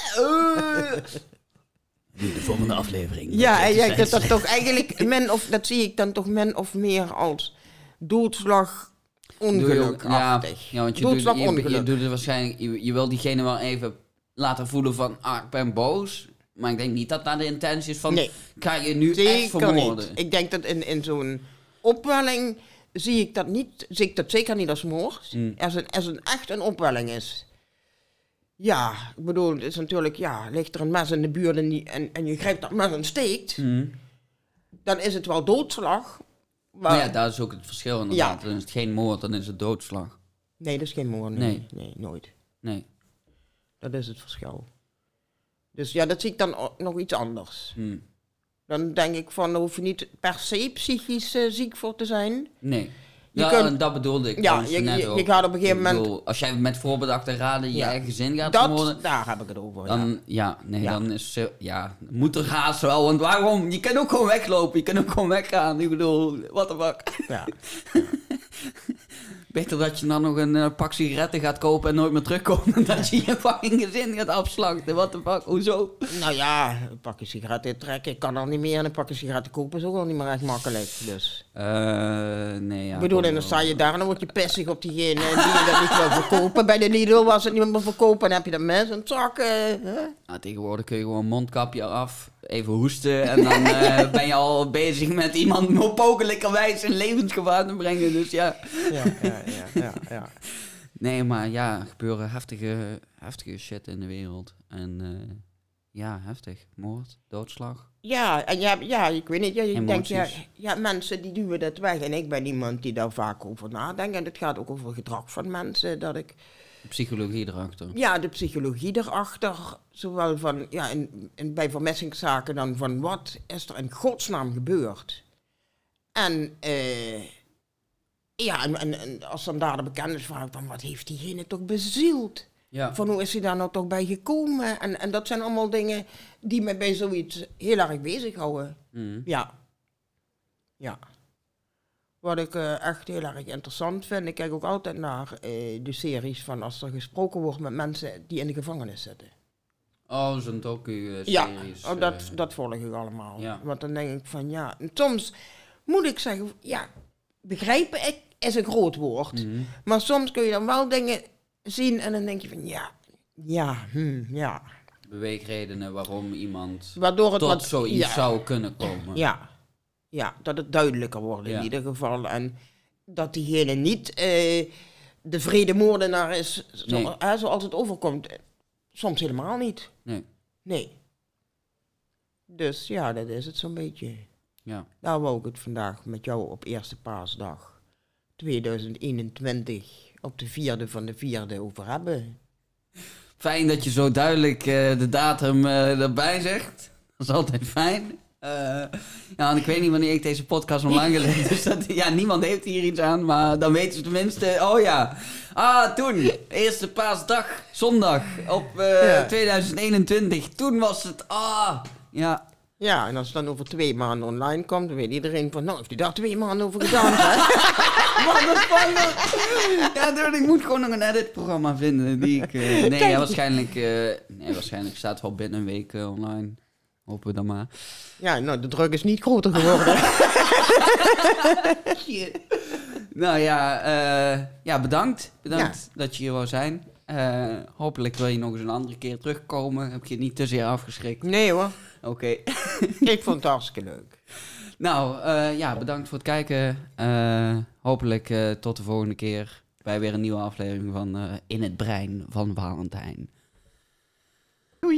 De volgende aflevering. Ja, dat is toch eigenlijk dat zie ik dan toch min of meer als doodslagongelukachtig. Ja, want je doet het waarschijnlijk, je wil diegene wel even laten voelen van, ik ben boos. Maar ik denk niet dat dat de intentie is van, ga je nu echt vermoorden? Niet. Ik denk dat in zo'n opwelling zie ik dat zeker niet als moord. Als een echt een opwelling is. Ja, ik bedoel, het is natuurlijk, ligt er een mes in de buurt en je grijpt dat mes en steekt. Dan is het wel doodslag. Maar dat is ook het verschil inderdaad. Dan is het geen moord, dan is het doodslag. Nee, dat is geen moord. Nee, nooit. Nee. Dat is het verschil. Dus dat zie ik dan nog iets anders. Dan denk ik van, daar hoef je niet per se psychisch ziek voor te zijn. Nee. En dat bedoelde ik. Ja, je gaat op een gegeven moment... Als jij met voorbedachte raden je eigen gezin gaat vermoorden... Daar heb ik het over, dan, dan is moet er haast wel. Want waarom? Je kan ook gewoon weglopen. Je kan ook gewoon weggaan. Ik bedoel, what the fuck. Ja. Beter dat je dan nog een pak sigaretten gaat kopen en nooit meer terugkomt... dan dat je je fucking gezin gaat afslachten. What the fuck, hoezo? Nou ja, een pakje sigaretten trekken, ik kan al niet meer... en een pakje sigaretten kopen is ook al niet meer echt makkelijk, dus... nee, ja... Ik bedoel, en dan sta je daar en dan word je pissig op diegene... die dat niet wil verkopen. Bij de Lidl was het niet meer verkopen... en heb je dat mes en zak... tegenwoordig kun je gewoon een mondkapje af... even hoesten en dan ben je al bezig met iemand mogelijkerwijs in levensgevaar te brengen, dus ja. Ja. Nee, maar gebeuren heftige shit in de wereld. En ja, heftig. Moord, doodslag. Ja, en ik weet niet, je denkt, Emoties. mensen die duwen dat weg. En ik ben iemand die daar vaak over nadenkt. En het gaat ook over gedrag van mensen, dat ik... De psychologie erachter. Ja, de psychologie erachter, zowel van, bij vermissingszaken dan van wat is er in godsnaam gebeurd. En en als dan daar de bekende is, vraag ik dan, wat heeft diegene toch bezield? Ja. Van hoe is hij daar nou toch bij gekomen? En dat zijn allemaal dingen die me bij zoiets heel erg bezighouden. Mhm. Ja. Ja. Wat ik echt heel erg interessant vind, ik kijk ook altijd naar de series van als er gesproken wordt met mensen die in de gevangenis zitten. Oh, zo'n docu-series. Ja, dat volg ik allemaal. Ja. Want dan denk ik van ja, en soms moet ik zeggen, ja, begrijpen ik is een groot woord. Mhm. Maar soms kun je dan wel dingen zien en dan denk je van ja. Beweegredenen waarom iemand Waardoor het tot zoiets ja. zou kunnen komen. Ja, dat het duidelijker wordt in ieder geval. En dat diegene niet de vredemoordenaar is, zoals het overkomt. Soms helemaal niet. Nee. Dus ja, dat is het zo'n beetje. Ja. Daar wou ik het vandaag met jou op Eerste Paasdag 2021 op de 4e van de 4e over hebben. Fijn dat je zo duidelijk de datum erbij zegt. Dat is altijd fijn. En ik weet niet wanneer ik deze podcast online gezet. Dus niemand heeft hier iets aan. Maar dan weten ze tenminste... Oh ja. Toen. Eerste Paasdag. Zondag. Op 2021. Toen was het... Ja. Ja, en als het dan over 2 maanden online komt, dan weet iedereen van... Nou, heeft hij daar 2 maanden over gedaan, hè? Ja, ik moet gewoon nog een editprogramma vinden die ik... waarschijnlijk staat het wel binnen een week online. Hopen we dan maar. Ja, nou, de druk is niet groter geworden. Nou ja, bedankt. Bedankt dat je hier wou zijn. Hopelijk wil je nog eens een andere keer terugkomen. Heb je het niet te zeer afgeschrikt? Nee hoor. Oké. Ik vond het hartstikke leuk. Nou, bedankt voor het kijken. Hopelijk tot de volgende keer bij weer een nieuwe aflevering van In het Brein van Valentijn.